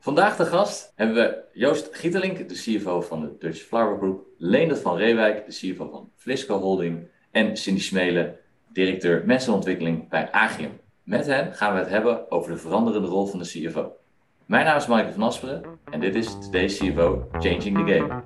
Vandaag de gast hebben we Joost Gietelink, de CFO van de Dutch Flower Group, Leendert van Reewijk, de CFO van Flisco Holding en Cindy Smelen, directeur mensenontwikkeling bij Agium. Met hen gaan we het hebben over de veranderende rol van de CFO. Mijn naam is Michael van Asperen en dit is Today's CFO Changing the Game.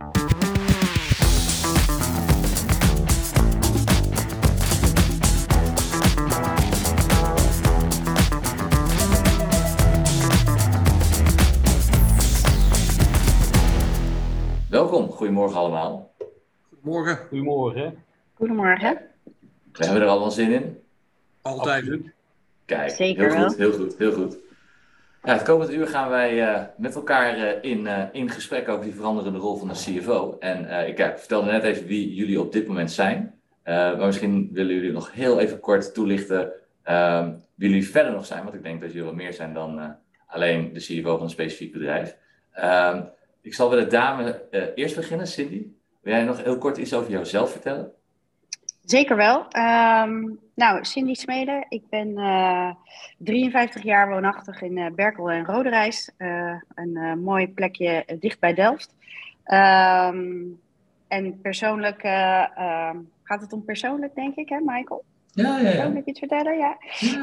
Welkom, goedemorgen allemaal. Goedemorgen. Goedemorgen. Goedemorgen. We hebben er allemaal zin in. Altijd. Absoluut. Kijk, Zeker heel goed. Ja, het komend uur gaan wij met elkaar in gesprek over die veranderende rol van de CFO. En ik vertelde net even wie jullie op dit moment zijn. Maar misschien willen jullie nog heel even kort toelichten wie jullie verder nog zijn. Want ik denk dat jullie wel meer zijn dan alleen de CFO van een specifiek bedrijf. Ik zal bij de dame eerst beginnen, Cindy. Wil jij nog heel kort iets over jouzelf vertellen? Zeker wel. Cindy Smelen. Ik ben 53 jaar woonachtig in Berkel en Roderijs. Een mooi plekje dicht bij Delft. En persoonlijk gaat het om persoonlijk, denk ik, hè, Michael? Ja. Persoonlijk iets vertellen, ja.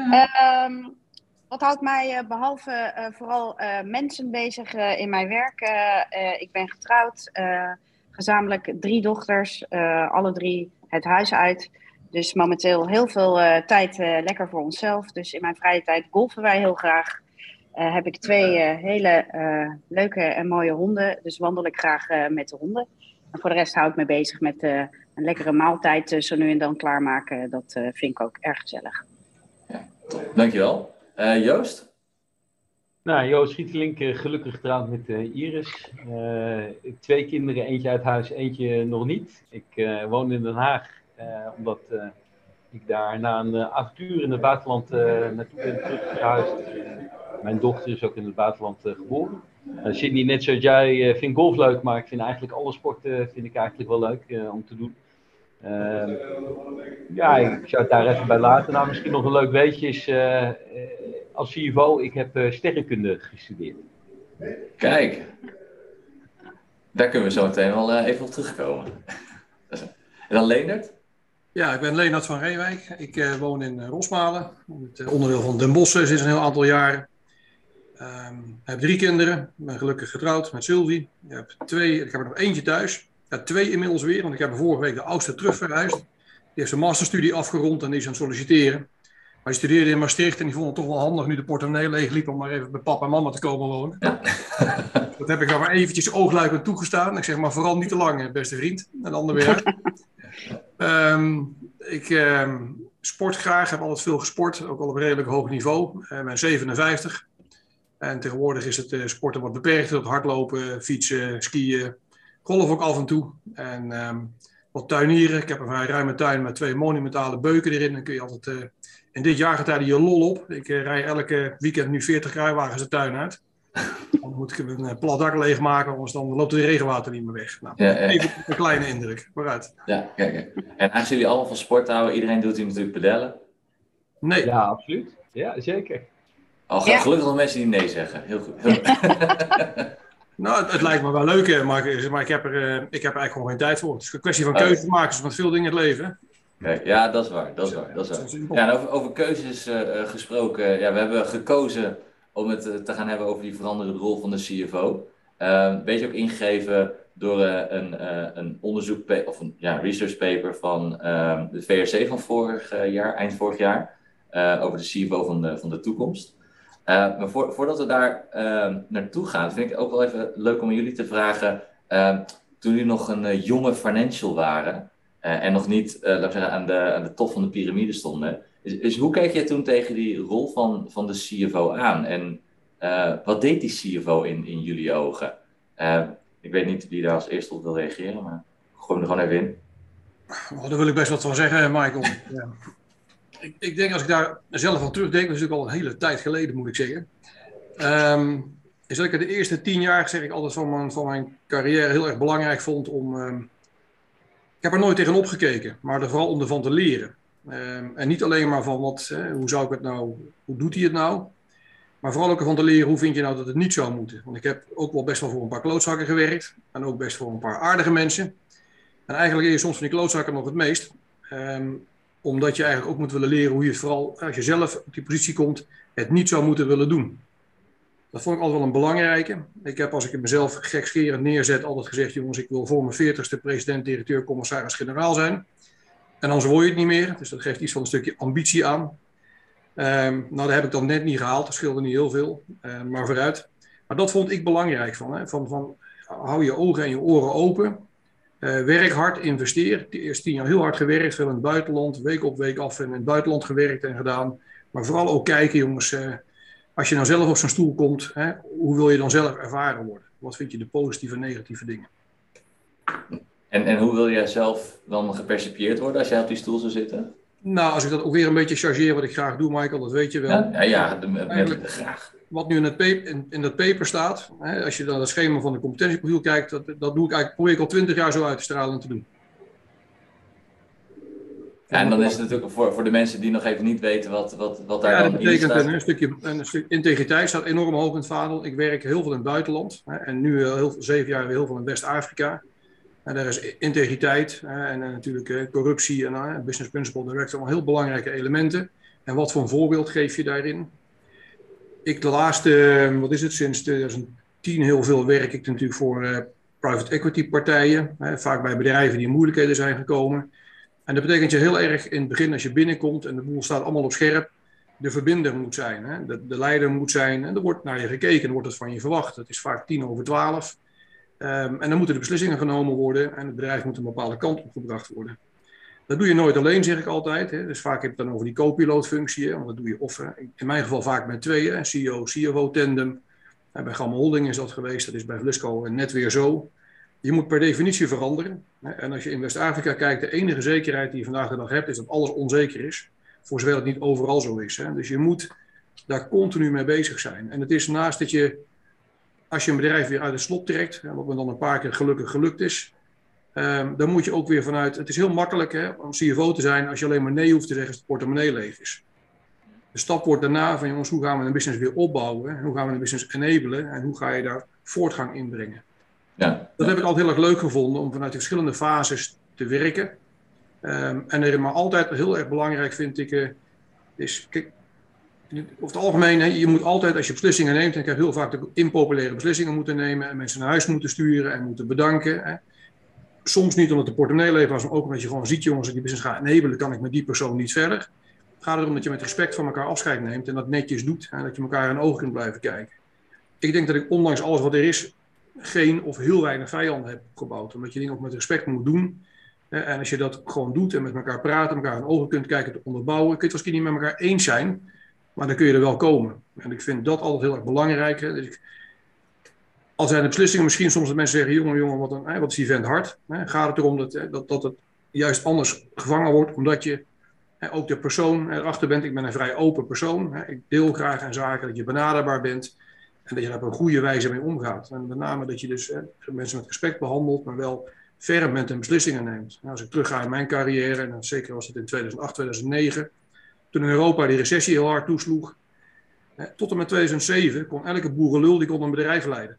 Wat houdt mij behalve vooral mensen bezig in mijn werk? Ik ben getrouwd, gezamenlijk 3 dochters, alle 3 het huis uit. Dus momenteel heel veel tijd lekker voor onszelf. Dus in mijn vrije tijd golfen wij heel graag. Heb ik 2 hele leuke en mooie honden. Dus wandel ik graag met de honden. En voor de rest hou ik me bezig met een lekkere maaltijd zo nu en dan klaarmaken. Dat vind ik ook erg gezellig. Ja, top. Dankjewel. Joost? Nou, Joost Gietelink, gelukkig getrouwd met Iris. 2 kinderen, eentje uit huis, eentje nog niet. Ik woon in Den Haag, omdat ik daar na een avontuur in het buitenland naartoe ben teruggehuisd. Mijn dochter is ook in het buitenland geboren. Cindy, net zoals jij, vind golf leuk, maar ik vind eigenlijk alle sporten wel leuk om te doen. Ik zou het daar even bij laten. Nou, misschien nog een leuk weetje is, als CFO, ik heb sterrenkunde gestudeerd. Kijk, daar kunnen we zo meteen wel even op terugkomen. En dan Leendert? Ja, ik ben Leendert van Reewijk. Ik woon in Rosmalen, het onderdeel van Den Bosch sinds een heel aantal jaren. Ik heb 3 kinderen, ik ben gelukkig getrouwd met Sylvie. Ik heb er nog eentje thuis. Ja, 2 inmiddels weer, want ik heb vorige week de oudste terugverhuisd. Die heeft zijn masterstudie afgerond en die is aan het solliciteren. Maar die studeerde in Maastricht en die vond het toch wel handig nu de portemonnee leeg liep om maar even bij papa en mama te komen wonen. Ja. Dat heb ik dan maar eventjes oogluikend toegestaan. Ik zeg maar vooral niet te lang, beste vriend. En dan weer. Ik sport graag, heb altijd veel gesport, ook al op een redelijk hoog niveau. Ik ben 57 en tegenwoordig is het sporten wat beperkt tot hardlopen, fietsen, skiën, golf ook af en toe. En wat tuinieren. Ik heb een vrij ruime tuin met 2 monumentale beuken erin. Dan kun je altijd in dit jaargetijde je lol op. Ik rij elke weekend nu 40 kruiwagens de tuin uit. Dan moet ik een plat dak leegmaken, anders dan loopt het regenwater niet meer weg. Nou, even een kleine indruk. Waaruit? Ja, kijk. En aangezien jullie allemaal van sport houden, iedereen doet hier natuurlijk pedellen. Nee. Ja, absoluut. Ja, zeker. Gelukkig nog mensen die nee zeggen. Heel goed. Nou, het lijkt me wel leuk, maar ik heb er eigenlijk gewoon geen tijd voor. Het is een kwestie van keuze maken, zoals met veel dingen in het leven. Kijk, ja, dat is waar. Ja, en over keuzes gesproken. Ja, we hebben gekozen om het te gaan hebben over die veranderende rol van de CFO. Een beetje ook ingegeven door een onderzoek of een research paper van de VRC van eind vorig jaar. Over de CFO van de toekomst. Maar voordat we daar naartoe gaan, vind ik het ook wel even leuk om aan jullie te vragen. Toen jullie nog een jonge financial waren en nog niet laten we zeggen, aan de top van de piramide stonden. Dus hoe keek je toen tegen die rol van de CFO aan? En wat deed die CFO in jullie ogen? Ik weet niet wie daar als eerste op wil reageren, maar gooi hem er gewoon even in. Oh, daar wil ik best wat van zeggen, Michael. Ja. Ik denk als ik daar zelf aan terugdenk, dat is natuurlijk al een hele tijd geleden, moet ik zeggen. Is dat ik de eerste 10 jaar, zeg ik altijd, van mijn carrière heel erg belangrijk vond om... ik heb er nooit tegenop gekeken, maar er vooral om ervan te leren. En niet alleen maar van hoe zou ik het nou, hoe doet hij het nou? Maar vooral ook ervan te leren, hoe vind je nou dat het niet zou moeten? Want ik heb ook wel best wel voor een paar klootzakken gewerkt. En ook best voor een paar aardige mensen. En eigenlijk leer je soms van die klootzakken nog het meest. Omdat je eigenlijk ook moet willen leren hoe je het vooral, als je zelf op die positie komt, het niet zou moeten willen doen. Dat vond ik altijd wel een belangrijke. Ik heb, als ik het mezelf gekscherend neerzet, altijd gezegd, jongens, ik wil voor mijn 40ste president, directeur, commissaris, generaal zijn. En anders word je het niet meer. Dus dat geeft iets van een stukje ambitie aan. Nou, dat heb ik dan net niet gehaald. Dat scheelde niet heel veel. Maar vooruit. Maar dat vond ik belangrijk van. Hè? Van hou je ogen en je oren open. Werk hard, investeer. De eerste 10 jaar heel hard gewerkt. Veel in het buitenland. Week op week af en in het buitenland gewerkt en gedaan. Maar vooral ook kijken, jongens. Als je nou zelf op zo'n stoel komt. Hoe wil je dan zelf ervaren worden? Wat vind je de positieve en negatieve dingen? En hoe wil jij zelf dan gepercipieerd worden als jij op die stoel zou zitten? Nou, als ik dat ook weer een beetje chargeer, wat ik graag doe, Michael, dat weet je wel. Graag. Wat nu in dat paper staat, als je dan het schema van de competentieprofiel kijkt, dat doe ik eigenlijk, probeer ik al 20 jaar zo uit te stralen en te doen. Ja, en dan is het natuurlijk voor de mensen die nog even niet weten wat daar ja, dan dat in staat. betekent een stuk integriteit staat enorm hoog in het vaandel. Ik werk heel veel in het buitenland en nu 7 jaar weer heel veel in West-Afrika. En daar is integriteit en natuurlijk corruptie en business principle director, allemaal heel belangrijke elementen. En wat voor een voorbeeld geef je daarin? Ik de laatste, sinds 2010 heel veel werk ik natuurlijk voor private equity partijen. Vaak bij bedrijven die in moeilijkheden zijn gekomen. En dat betekent je heel erg in het begin als je binnenkomt en de boel staat allemaal op scherp. De verbinder moet zijn, de leider moet zijn en er wordt naar je gekeken en wordt het van je verwacht. Het is vaak 11:10. En dan moeten de beslissingen genomen worden en het bedrijf moet een bepaalde kant op gebracht worden. Dat doe je nooit alleen, zeg ik altijd. Dus vaak heb je het dan over die co-piloot-functie. Want dat doe je in mijn geval vaak met tweeën. CEO, CFO tandem. Bij Gamma Holding is dat geweest. Dat is bij Vlisco net weer zo. Je moet per definitie veranderen. En als je in West-Afrika kijkt, de enige zekerheid die je vandaag de dag hebt, is dat alles onzeker is. Voor zover het niet overal zo is. Dus je moet daar continu mee bezig zijn. En het is naast dat je, als je een bedrijf weer uit het slop trekt, wat me dan een paar keer gelukkig gelukt is, dan moet je ook weer vanuit, het is heel makkelijk om CFO te zijn als je alleen maar nee hoeft te zeggen als de portemonnee leeg is. De stap wordt daarna van jongens, hoe gaan we een business weer opbouwen? Hoe gaan we een business enablen? En hoe ga je daar voortgang in brengen? Ja. Dat heb ik altijd heel erg leuk gevonden om vanuit de verschillende fases te werken. Maar altijd heel erg belangrijk vind ik, is, kijk, over het algemeen, je moet altijd als je beslissingen neemt, en ik heb heel vaak de impopulaire beslissingen moeten nemen en mensen naar huis moeten sturen en moeten bedanken. Soms niet omdat de portemonnee leeg was, maar ook omdat je gewoon ziet, jongens, als ik die business ga enabelen, kan ik met die persoon niet verder. Het gaat erom dat je met respect van elkaar afscheid neemt en dat netjes doet en dat je elkaar in de ogen kunt blijven kijken. Ik denk dat ik ondanks alles wat er is, geen of heel weinig vijanden heb opgebouwd. Omdat je dingen ook met respect moet doen. En als je dat gewoon doet en met elkaar praat, elkaar in de ogen kunt kijken te onderbouwen, kun je het misschien niet met elkaar eens zijn, maar dan kun je er wel komen. En ik vind dat altijd heel erg belangrijk. Dus al zijn de beslissingen misschien soms dat mensen zeggen, jongen, wat is die vent hard. Gaat het erom dat het juist anders gevangen wordt, omdat je ook de persoon erachter bent. Ik ben een vrij open persoon. Ik deel graag aan zaken, dat je benaderbaar bent en dat je daar op een goede wijze mee omgaat. En met name dat je dus mensen met respect behandelt, maar wel ferm bent en beslissingen neemt. Als ik terugga in mijn carrière, en zeker was het in 2008, 2009... toen in Europa die recessie heel hard toesloeg. Tot en met 2007 kon elke boerenlul die kon een bedrijf leiden.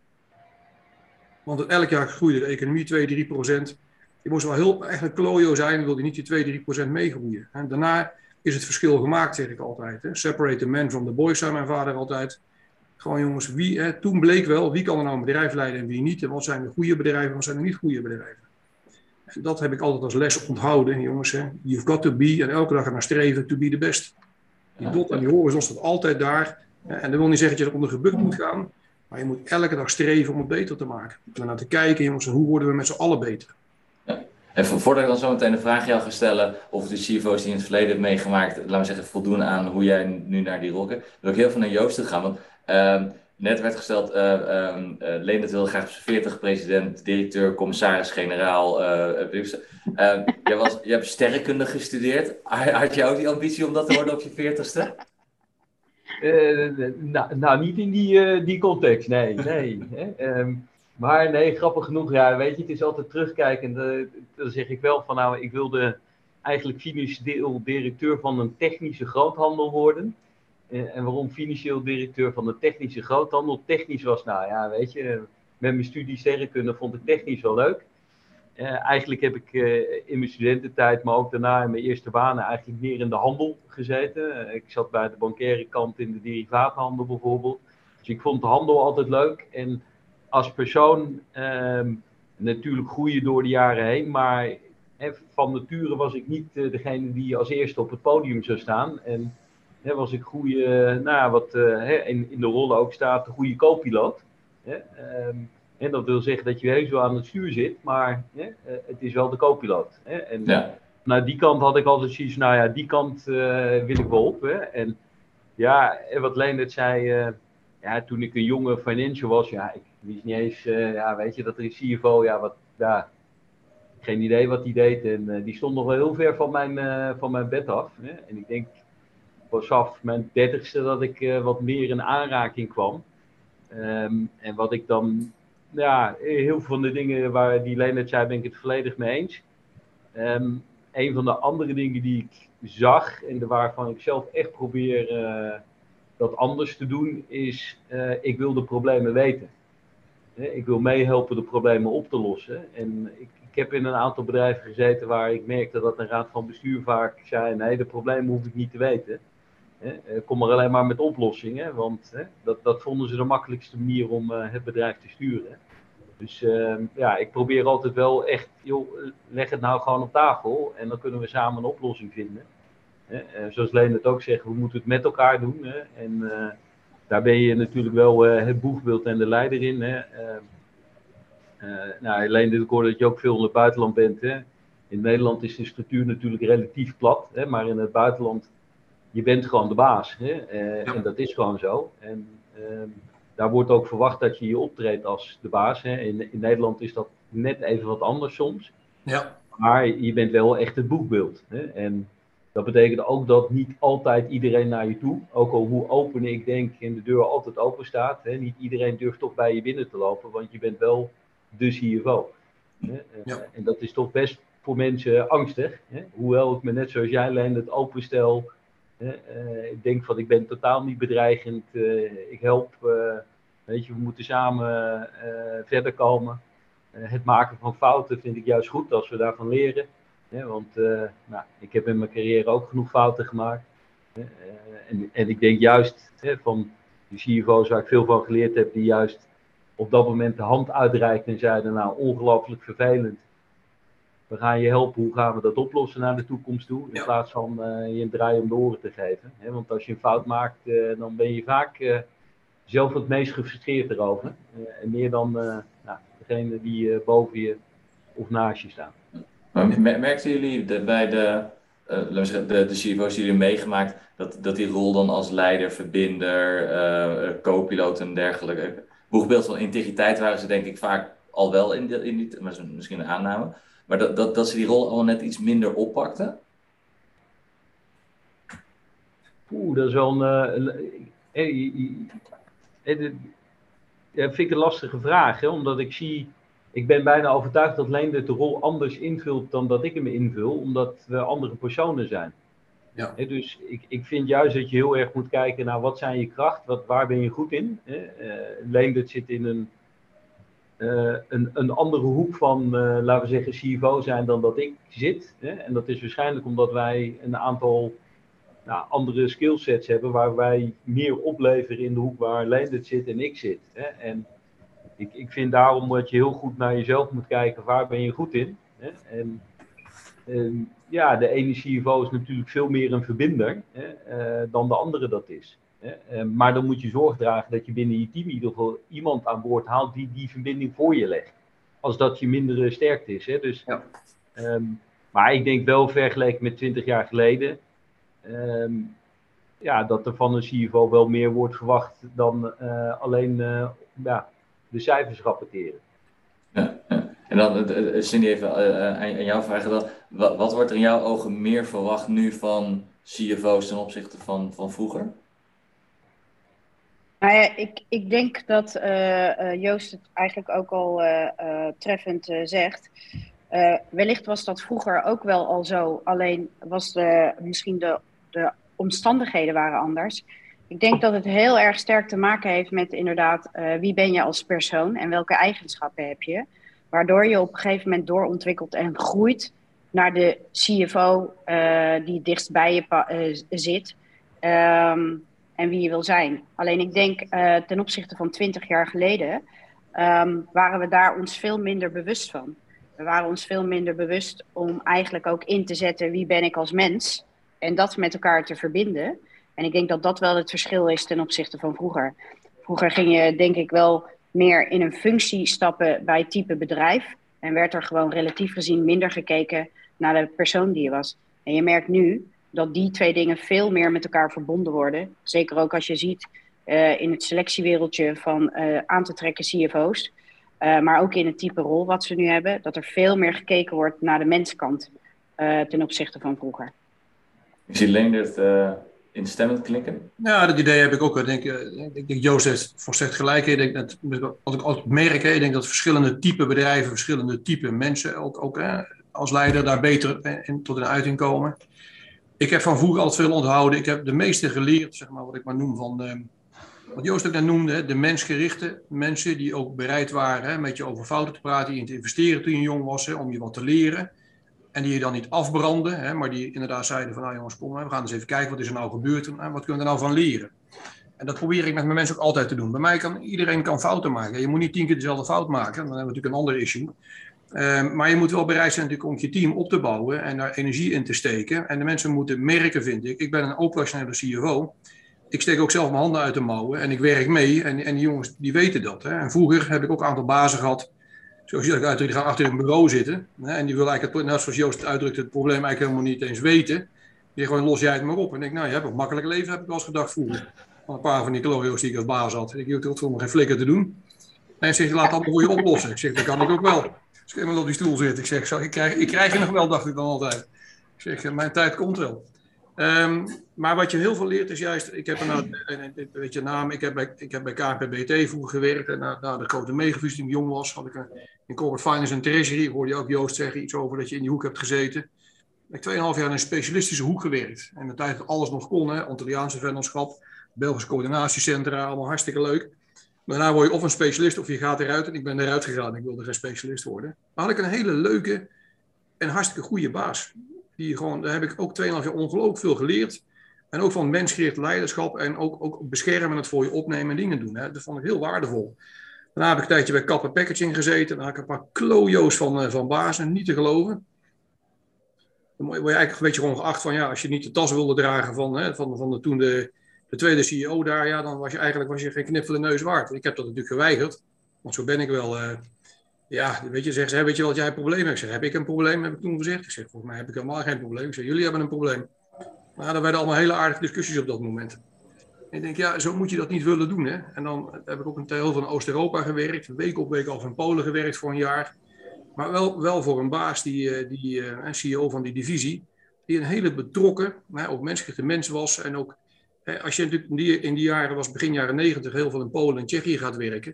Want elk jaar groeide de economie 2-3%. Je moest wel heel eigenlijk klojo zijn en wilde niet die 2-3% meegroeien. En daarna is het verschil gemaakt, zeg ik altijd. Separate the man from the boys, zei mijn vader altijd. Gewoon jongens, toen bleek wel wie kan er nou een bedrijf leiden en wie niet. En wat zijn de goede bedrijven en wat zijn de niet goede bedrijven. En dat heb ik altijd als les onthouden, jongens. You've got to be, en elke dag naar streven, to be the best. Die dot en die horizon staat altijd daar. En dat wil niet zeggen dat je eronder gebukt moet gaan. Maar je moet elke dag streven om het beter te maken. En naar te kijken, jongens, hoe worden we met z'n allen beter. Ja. En voordat ik dan zo meteen een vraag jou ga stellen, of de CFO's die je in het verleden hebt meegemaakt, laten we zeggen, voldoen aan hoe jij nu naar die rollen, wil ik heel veel naar Joost toe gaan. Want net werd gesteld, Leendert wilde graag op zijn 40 president, directeur, commissaris, generaal. Je hebt sterrenkunde gestudeerd. Had je ook die ambitie om dat te worden op je 40ste? Nou, niet in die context, nee. Maar nee, grappig genoeg, ja, weet je, het is altijd terugkijkend. Dan zeg ik wel van, nou, ik wilde eigenlijk financieel directeur van een technische groothandel worden. En waarom financieel directeur van de technische groothandel? Technisch was, nou ja, weet je, met mijn studie sterrenkunde vond ik technisch wel leuk. Eigenlijk heb ik in mijn studententijd, maar ook daarna in mijn eerste banen, eigenlijk meer in de handel gezeten. Ik zat bij de bankaire kant in de derivatenhandel bijvoorbeeld. Dus ik vond de handel altijd leuk. En als persoon natuurlijk groeien door de jaren heen, maar van nature was ik niet degene die als eerste op het podium zou staan. En was ik wat in de rollen ook staat, de goede co-piloot. En dat wil zeggen dat je heus wel aan het stuur zit, maar het is wel de co-piloot. En naar die kant had ik altijd zoiets, nou ja, die kant wil ik wel op. En ja, wat Leendert zei, toen ik een jonge financial was, ik wist niet eens, weet je, dat er een CFO, geen idee wat die deed. En die stond nog wel heel ver van mijn bed af. En ik denk, vanaf mijn 30ste dat ik wat meer in aanraking kwam. En wat ik dan, heel veel van de dingen waar die Leendert zei, ben ik het volledig mee eens. Een van de andere dingen die ik zag en waarvan ik zelf echt probeer dat anders te doen, is ik wil de problemen weten. Ik wil meehelpen de problemen op te lossen. En ik heb in een aantal bedrijven gezeten waar ik merkte dat een raad van bestuur vaak zei, nee, de problemen hoef ik niet te weten. Kom maar alleen maar met oplossingen, want dat vonden ze de makkelijkste manier om het bedrijf te sturen. Dus ik probeer altijd wel echt, leg het nou gewoon op tafel en dan kunnen we samen een oplossing vinden. Zoals Leendert ook zegt, we moeten het met elkaar doen. En daar ben je natuurlijk wel het boegbeeld en de leider in. Leendert, ik hoor dat je ook veel in het buitenland bent. In Nederland is de structuur natuurlijk relatief plat, maar in het buitenland, je bent gewoon de baas. En dat is gewoon zo. En daar wordt ook verwacht dat je optreedt als de baas. In Nederland is dat net even wat anders soms. Ja. Maar je bent wel echt het boegbeeld. En dat betekent ook dat niet altijd iedereen naar je toe, ook al hoe open ik denk en de deur altijd open staat, niet iedereen durft toch bij je binnen te lopen, want je bent wel de CFO. En dat is toch best voor mensen angstig. Hoewel ik me net zoals jij, Leendert, openstel. Ik denk van, ik ben totaal niet bedreigend. Ik help, we moeten samen verder komen. Het maken van fouten vind ik juist goed als we daarvan leren. Want ik heb in mijn carrière ook genoeg fouten gemaakt. En ik denk juist van de CFO's waar ik veel van geleerd heb, die juist op dat moment de hand uitreikten en zeiden, nou, ongelooflijk vervelend. We gaan je helpen, hoe gaan we dat oplossen naar de toekomst toe, in plaats van je een draai om de oren te geven. Want als je een fout maakt, dan ben je vaak zelf het meest gefrustreerd erover. En meer dan degene die boven je of naast je staan. Maar merkten jullie bij de CFO's die jullie meegemaakt, dat die rol dan als leider, verbinder, co-piloot en dergelijke, boegbeeld van integriteit waren ze denk ik vaak al wel in die misschien een aanname, maar dat ze die rol al net iets minder oppakten? Dat is wel vind ik een lastige vraag, omdat ik ben bijna overtuigd dat Leendert de rol anders invult dan dat ik hem invul, omdat we andere personen zijn. Ja. Dus ik vind juist dat je heel erg moet kijken naar wat zijn je kracht, waar ben je goed in. Leendert zit in een andere hoek van, laten we zeggen, CFO zijn dan dat ik zit. En dat is waarschijnlijk omdat wij een aantal andere skillsets hebben waar wij meer opleveren in de hoek waar Leendert zit en ik zit. En ik vind daarom dat je heel goed naar jezelf moet kijken, waar ben je goed in. En de ene CFO is natuurlijk veel meer een verbinder dan de andere dat is. Maar dan moet je zorg dragen dat je binnen je team in ieder geval iemand aan boord haalt die verbinding voor je legt. Als dat je mindere sterkte is. Dus, maar ik denk wel vergeleken met 20 jaar geleden, dat er van een CFO wel meer wordt verwacht dan alleen de cijfers rapporteren. Ja. En dan, Cindy, even aan jou vragen dan. Wat wordt er in jouw ogen meer verwacht nu van CFO's ten opzichte van vroeger? Nou ja, ik denk dat Joost het eigenlijk ook al treffend zegt. Wellicht was dat vroeger ook wel al zo, alleen was misschien de omstandigheden waren anders. Ik denk dat het heel erg sterk te maken heeft met inderdaad wie ben je als persoon en welke eigenschappen heb je. Waardoor je op een gegeven moment doorontwikkelt en groeit naar de CFO die het dichtst bij je zit en wie je wil zijn. Alleen ik denk ten opzichte van 20 jaar geleden waren we daar ons veel minder bewust van. We waren ons veel minder bewust om eigenlijk ook in te zetten wie ben ik als mens en dat met elkaar te verbinden. En ik denk dat dat wel het verschil is ten opzichte van vroeger. Vroeger ging je denk ik wel meer in een functie stappen bij type bedrijf. En werd er gewoon relatief gezien minder gekeken naar de persoon die je was. En je merkt nu dat die twee dingen veel meer met elkaar verbonden worden. Zeker ook als je ziet in het selectiewereldje van aan te trekken CFO's. Maar ook in het type rol wat ze nu hebben. Dat er veel meer gekeken wordt naar de menskant ten opzichte van vroeger. Ik zie Leendert instemmend klinken. Ja, dat idee heb ik ook. Ik denk Joost heeft volstrekt gelijk. Ik denk dat, wat ik altijd merk, ik denk dat verschillende type bedrijven, verschillende type mensen ook als leider daar beter tot een uiting komen. Ik heb van vroeger altijd veel onthouden. Ik heb de meeste geleerd, zeg maar, wat ik maar noem van wat Joost ook net noemde, de mensgerichte mensen die ook bereid waren met je over fouten te praten, in te investeren toen je jong was, om je wat te leren. En die je dan niet afbranden, maar die inderdaad zeiden van, nou jongens, kom, we gaan eens even kijken, wat is er nou gebeurd en wat kunnen we er nou van leren. En dat probeer ik met mijn mensen ook altijd te doen. Bij mij iedereen kan fouten maken. Je moet niet 10 keer dezelfde fout maken, dan hebben we natuurlijk een ander issue. Maar je moet wel bereid zijn natuurlijk om je team op te bouwen en daar energie in te steken. En de mensen moeten merken, vind ik. Ik ben een operationele CFO. Ik steek ook zelf mijn handen uit de mouwen en ik werk mee. En die jongens die weten dat. En vroeger heb ik ook een aantal bazen gehad. Zoals je uitdrukt, die gaan achter een bureau zitten. En die willen eigenlijk, net zoals Joost uitdrukt, het probleem eigenlijk helemaal niet eens weten. Die gewoon los jij het maar op. En ik denk, nou, je hebt een makkelijk leven, heb ik wel eens gedacht vroeger. Van een paar van die klorio's die ik als baas had. Ik hield voor me geen flikker te doen. En zegt, laat dat voor je oplossen. Ik zeg, dat kan ik ook wel. Dus ik helemaal op die stoel zit. Ik zeg, ik krijg je nog wel, dacht ik dan altijd. Ik zeg, mijn tijd komt wel. Maar wat je heel veel leert is juist, ik heb weet je naam, ik heb bij KNPBT vroeger gewerkt en na de grote megafusie toen ik jong was, had ik in Corporate Finance en Treasury, hoorde je ook Joost zeggen iets over dat je in die hoek hebt gezeten. Ik heb 2,5 jaar in een specialistische hoek gewerkt. En de tijd dat alles nog kon, Antilliaanse vennootschap, Belgische coördinatiecentra, allemaal hartstikke leuk. Daarna word je of een specialist of je gaat eruit en ik ben eruit gegaan, ik wilde geen specialist worden. Maar had ik een hele leuke en hartstikke goede baas. Daar heb ik ook 2,5 jaar ongelooflijk veel geleerd. En ook van mensgericht leiderschap en ook beschermen, het voor je opnemen en dingen doen. Dat vond ik heel waardevol. Daarna heb ik een tijdje bij Kappa Packaging gezeten. Dan had ik een paar klojo's van bazen, niet te geloven. Dan word je eigenlijk een beetje gewoon geacht van, ja, als je niet de tas wilde dragen van toen de tweede CEO daar, ja, dan was je geen knip voor de neus waard. Ik heb dat natuurlijk geweigerd, want zo ben ik wel. Ja, weet je, zeggen ze, weet je wat jij een probleem hebt? Ik zeg, heb ik een probleem, heb ik toen gezegd. Ik zeg, volgens mij heb ik helemaal geen probleem. Ik zeg, jullie hebben een probleem. Maar er werden allemaal hele aardige discussies op dat moment. En ik denk, ja, zo moet je dat niet willen doen. En dan heb ik ook een deel van Oost-Europa gewerkt. Week op week al in Polen gewerkt voor een jaar. Maar wel voor een baas, een CEO van die divisie, die een hele betrokken, ook menselijke mens was. En ook, als je natuurlijk in die jaren was, begin jaren 90, heel veel in Polen en Tsjechië gaat werken.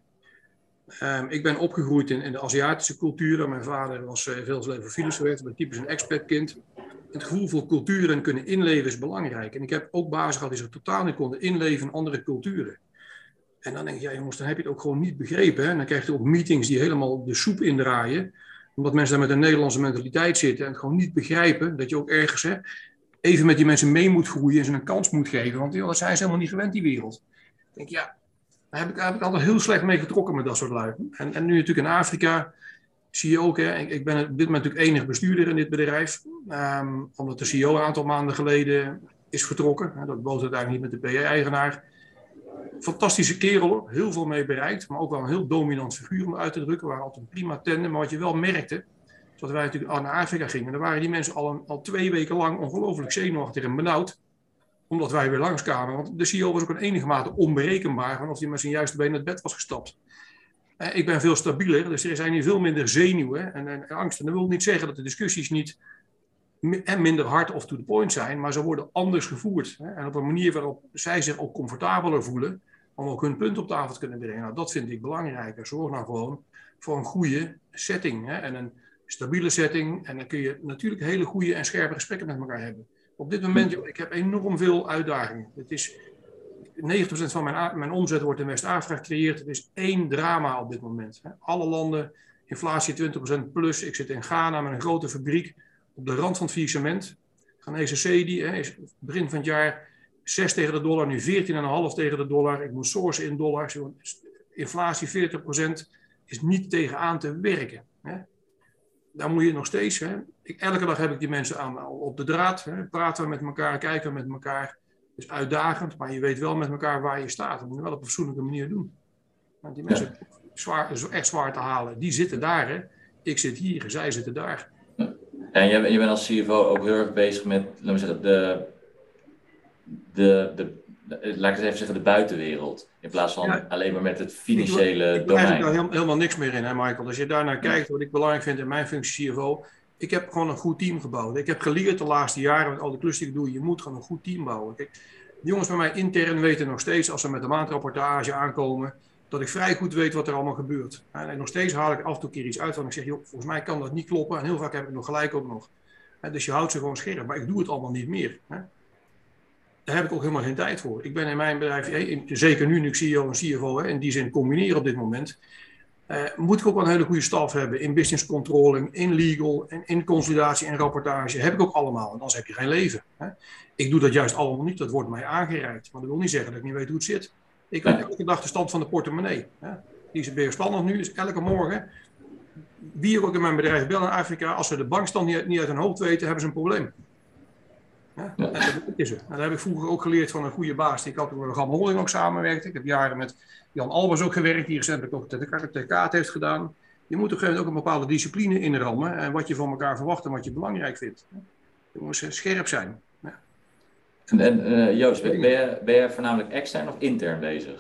Ik ben opgegroeid in de Aziatische cultuur. Mijn vader was veel leven filosoof geweest. Ik ben typisch een expertkind. Het gevoel voor cultuur en kunnen inleven is belangrijk. En ik heb ook bazen gehad die zich totaal niet konden inleven in andere culturen. En dan denk je, ja jongens, dan heb je het ook gewoon niet begrepen. En dan krijg je ook meetings die helemaal de soep indraaien. Omdat mensen daar met een Nederlandse mentaliteit zitten en het gewoon niet begrijpen. Dat je ook ergens even met die mensen mee moet groeien en ze een kans moet geven. Want dat zijn ze helemaal niet gewend, die wereld. Ik denk, ja, daar heb ik altijd heel slecht mee getrokken met dat soort lui. En nu natuurlijk in Afrika zie je ook, ik ben op dit moment natuurlijk enig bestuurder in dit bedrijf. Omdat de CEO een aantal maanden geleden is vertrokken. Dat bood het eigenlijk niet met de PE-eigenaar. Fantastische kerel, heel veel mee bereikt. Maar ook wel een heel dominant figuur om uit te drukken. We waren altijd een prima tandem. Maar wat je wel merkte, dat wij natuurlijk naar Afrika gingen. Dan waren die mensen al 2 weken lang ongelooflijk zenuwachtig en benauwd. Omdat wij weer langskwamen. Want de CEO was ook in enige mate onberekenbaar. Van of hij met zijn juiste been uit bed was gestapt. Ik ben veel stabieler. Dus er zijn hier veel minder zenuwen en angst. En dat wil niet zeggen dat de discussies niet minder hard of to the point zijn. Maar ze worden anders gevoerd. En op een manier waarop zij zich ook comfortabeler voelen. Om ook hun punt op tafel te kunnen brengen. Nou, dat vind ik belangrijker. Zorg nou gewoon voor een goede setting. En een stabiele setting. En dan kun je natuurlijk hele goede en scherpe gesprekken met elkaar hebben. Op dit moment, ik heb enorm veel uitdagingen. 90% van mijn omzet wordt in West-Afrika gecreëerd. Het is één drama op dit moment. Alle landen, inflatie 20% plus. Ik zit in Ghana met een grote fabriek op de rand van het faillissement. Ghanese die is begin van het jaar 6 tegen de dollar, nu 14,5 tegen de dollar. Ik moet sourcen in dollars. Inflatie 40% is niet tegenaan te werken. Daar moet je nog steeds. Elke dag heb ik die mensen op de draad. Praten we met elkaar, kijken we met elkaar. Het is uitdagend, maar je weet wel met elkaar waar je staat. Dat moet je wel op een fatsoenlijke manier doen. Want die mensen echt zwaar te halen, die zitten daar. Hè. Ik zit hier, zij zitten daar. En je bent als CFO ook heel erg bezig met, laten we zeggen, laat ik eens even zeggen, de buitenwereld. In plaats van alleen maar met het financiële ik domein. Ik daar helemaal niks meer in, hè, Michael. Als je daarnaar kijkt, wat ik belangrijk vind in mijn functie CFO, ik heb gewoon een goed team gebouwd. Ik heb geleerd de laatste jaren met al de klussen die ik doe, je moet gewoon een goed team bouwen. Kijk, de jongens bij mij intern weten nog steeds, als ze met de maandrapportage aankomen, dat ik vrij goed weet wat er allemaal gebeurt. En nog steeds haal ik af en toe een keer iets uit, want ik zeg, joh, volgens mij kan dat niet kloppen. En heel vaak heb ik nog gelijk ook nog. Dus je houdt ze gewoon scherp, maar ik doe het allemaal niet meer. Daar heb ik ook helemaal geen tijd voor. Ik ben in mijn bedrijf, zeker nu ik CEO en CFO, in die zin combineren op dit moment, moet ik ook wel een hele goede staf hebben in business controlling, in legal, in consolidatie en rapportage. Heb ik ook allemaal, want anders heb je geen leven. Ik doe dat juist allemaal niet, dat wordt mij aangereikt. Maar dat wil niet zeggen dat ik niet weet hoe het zit. Ik weet elke dag de stand van de portemonnee. Die is weer spannend nu, dus elke morgen, wie ook in mijn bedrijf bel in Afrika, als ze de bankstand niet uit hun hoofd weten, hebben ze een probleem. Dat is het. Dat heb ik vroeger ook geleerd van een goede baas. Ik had met Gam Holding ook samenwerkte. Ik heb jaren met Jan Albers ook gewerkt, die recentelijk ook de kaart heeft gedaan. Je moet op een gegeven moment ook een bepaalde discipline inrammen en wat je van elkaar verwacht en wat je belangrijk vindt. Je moet scherp zijn. En Joost, ben je voornamelijk extern of intern bezig?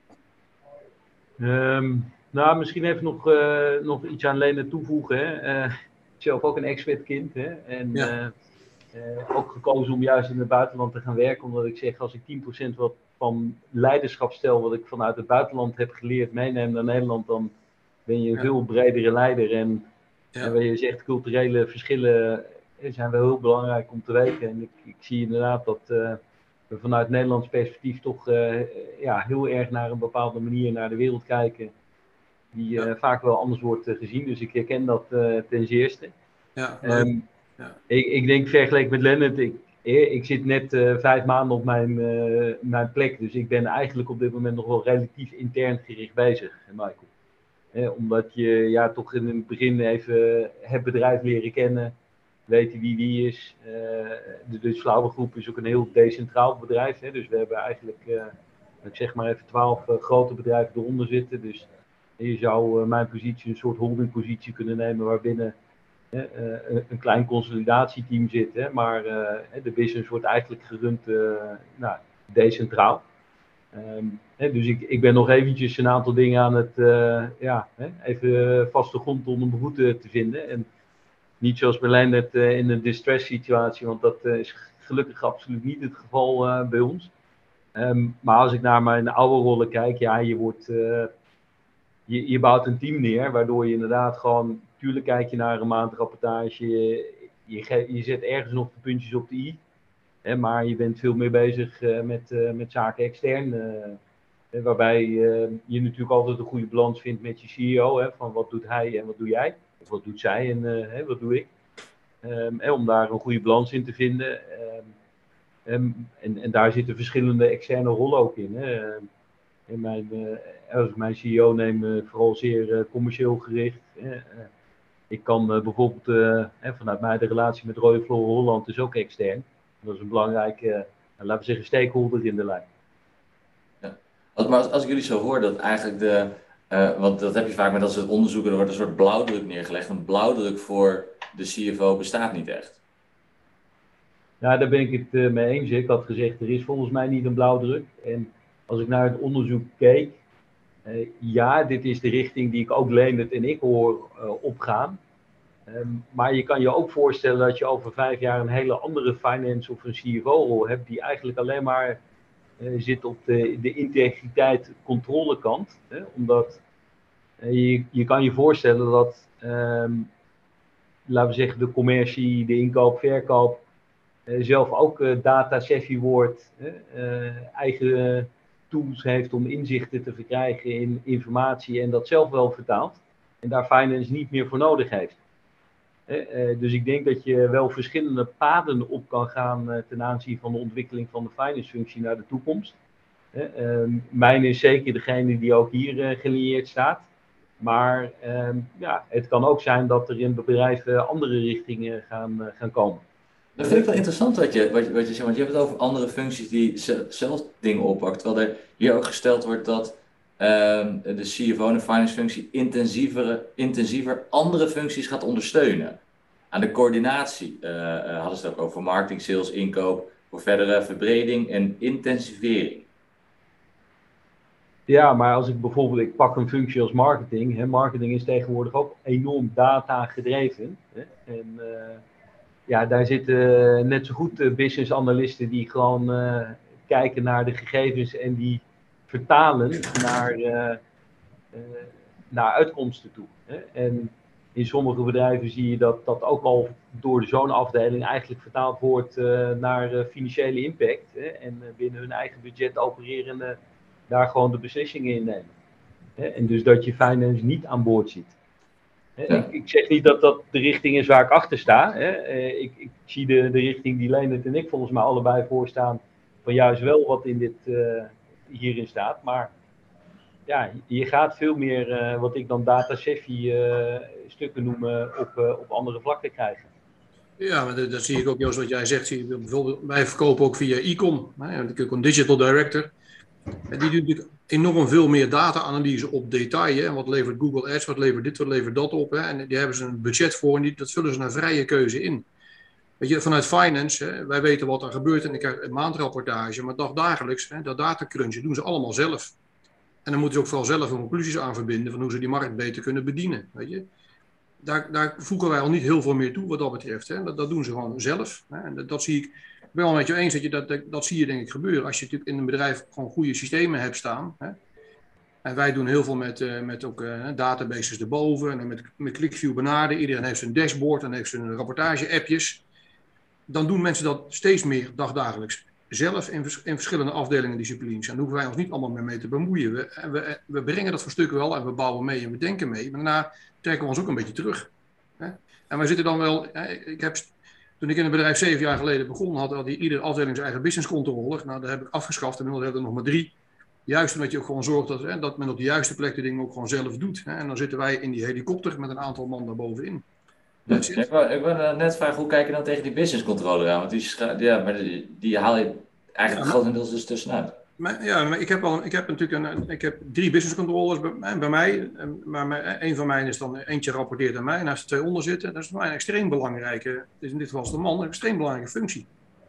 Nou, misschien even nog iets aan Lena toevoegen. Hè. Zelf ook een expertkind. Hè. En ook gekozen om juist in het buitenland te gaan werken. Omdat ik zeg, als ik 10% wat van leiderschapsstijl wat ik vanuit het buitenland heb geleerd meeneem naar Nederland, dan ben je een veel bredere leider. En wat je zegt, culturele verschillen zijn wel heel belangrijk om te weten. En ik zie inderdaad dat we vanuit Nederlands perspectief toch heel erg naar een bepaalde manier naar de wereld kijken. Die vaak wel anders wordt gezien. Dus ik herken dat ten zeerste. Ik denk vergeleken met Lennart, ik zit net 5 maanden op mijn plek. Dus ik ben eigenlijk op dit moment nog wel relatief intern gericht bezig, Michael. Omdat je toch in het begin even het bedrijf leren kennen. Weten wie is. De Dutch Flower Groep is ook een heel decentraal bedrijf. Dus we hebben eigenlijk, ik zeg maar even 12 grote bedrijven eronder zitten. Dus je zou mijn positie een soort holdingpositie kunnen nemen waarbinnen een klein consolidatieteam zit. Maar de business wordt eigenlijk gerund decentraal. Dus ik ben nog eventjes een aantal dingen aan het even vaste grond onder mijn voeten te vinden. En niet zoals Berlijn net in een distress situatie, want dat is gelukkig absoluut niet het geval bij ons. Maar als ik naar mijn oude rollen kijk, je bouwt een team neer, waardoor je inderdaad gewoon, tuurlijk kijk je naar een maandrapportage, je zet ergens nog de puntjes op de i, maar je bent veel meer bezig met zaken extern, waarbij je natuurlijk altijd een goede balans vindt met je CEO, van wat doet hij en wat doe jij, of wat doet zij en wat doe ik, om daar een goede balans in te vinden. En daar zitten verschillende externe rollen ook in. Als ik mijn CEO neem, vooral zeer commercieel gericht. Ik kan bijvoorbeeld vanuit mij de relatie met Royal Flora Holland is ook extern. Dat is een belangrijke, laten we zeggen, stakeholder in de lijn. Ja. Maar als ik jullie zo hoor, dat eigenlijk want dat heb je vaak met dat soort onderzoeken, er wordt een soort blauwdruk neergelegd. Een blauwdruk voor de CFO bestaat niet echt. Ja, daar ben ik het mee eens. Ik had gezegd, er is volgens mij niet een blauwdruk. En als ik naar het onderzoek keek, dit is de richting die ik ook Leendert en ik hoor opgaan. Maar je kan je ook voorstellen dat je over 5 jaar een hele andere finance of een CFO-rol hebt, die eigenlijk alleen maar zit op de integriteit controlekant. Omdat je kan je voorstellen dat, laten we zeggen, de commercie, de inkoop, verkoop, zelf ook data savvy wordt, eigen tools heeft om inzichten te verkrijgen in informatie en dat zelf wel vertaalt. En daar finance niet meer voor nodig heeft. Dus ik denk dat je wel verschillende paden op kan gaan ten aanzien van de ontwikkeling van de finance functie naar de toekomst. Mijn is zeker degene die ook hier gelieerd staat. Maar het kan ook zijn dat er in bedrijven andere richtingen gaan komen. Dat vind ik wel interessant wat je zegt, want je hebt het over andere functies die zelf dingen oppakt. Terwijl er hier ook gesteld wordt dat de CFO en de finance functie intensiever andere functies gaat ondersteunen. Aan de coördinatie hadden ze het ook over marketing, sales, inkoop, voor verdere verbreding en intensivering. Ja, maar als ik pak een functie als marketing. Marketing is tegenwoordig ook enorm data gedreven. En daar zitten net zo goed business analisten die gewoon kijken naar de gegevens en die vertalen naar uitkomsten toe. En in sommige bedrijven zie je dat ook al door zo'n afdeling eigenlijk vertaald wordt naar financiële impact. En binnen hun eigen budget opereren daar gewoon de beslissingen in nemen. En dus dat je finance niet aan boord ziet. Ja. Ik zeg niet dat dat de richting is waar ik achter sta. Ik zie de richting die Leendert en ik volgens mij allebei voorstaan van juist wel wat in hierin staat. Maar ja, je gaat veel meer wat ik dan data-savvy stukken noem op andere vlakken krijgen. Ja, maar dat zie ik ook, Joost, wat jij zegt. Zie je bijvoorbeeld, wij verkopen ook via e-com. Een digital director. En die doet natuurlijk enorm veel meer data-analyse op detail. Hè. Wat levert Google Ads, wat levert dit, wat levert dat op. Hè. En die hebben ze een budget voor en dat vullen ze naar vrije keuze in. Weet je, vanuit finance, hè, wij weten wat er gebeurt en ik krijg een maandrapportage. Maar dagelijks, hè, dat datacrunchen doen ze allemaal zelf. En dan moeten ze ook vooral zelf hun conclusies aan verbinden van hoe ze die markt beter kunnen bedienen. Weet je. Daar voegen wij al niet heel veel meer toe wat dat betreft. Hè. Dat doen ze gewoon zelf. Hè. En dat zie ik. Ik ben wel met je eens dat zie je denk ik gebeuren. Als je natuurlijk in een bedrijf gewoon goede systemen hebt staan. Hè. En wij doen heel veel met ook databases erboven. En met ClickView benaderen. Iedereen heeft zijn dashboard en heeft zijn rapportage-appjes. Dan doen mensen dat steeds meer dagdagelijks zelf in verschillende afdelingen en disciplines. En daar hoeven wij ons niet allemaal meer mee te bemoeien. We brengen dat voor stuk wel en we bouwen mee en we denken mee. Maar daarna trekken we ons ook een beetje terug. Hè. En wij zitten dan wel. Toen ik in het bedrijf 7 jaar geleden begon, had iedere afdeling zijn eigen business controller. Nou, dat heb ik afgeschaft. Inmiddels hebben we er nog maar 3. Juist omdat je ook gewoon zorgt dat men op de juiste plek de dingen ook gewoon zelf doet. Hè. En dan zitten wij in die helikopter met een aantal man daarbovenin. Ik wil net vragen, hoe kijk je dan tegen die business controller aan? Want die haal je eigenlijk grotendeels dus tussenuit. Maar ik heb 3 business controllers bij mij. Maar een van mij is dan eentje rapporteert aan mij. En als er 2 onder zitten, dat is voor mij een extreem belangrijke, in dit geval is de man, een extreem belangrijke functie.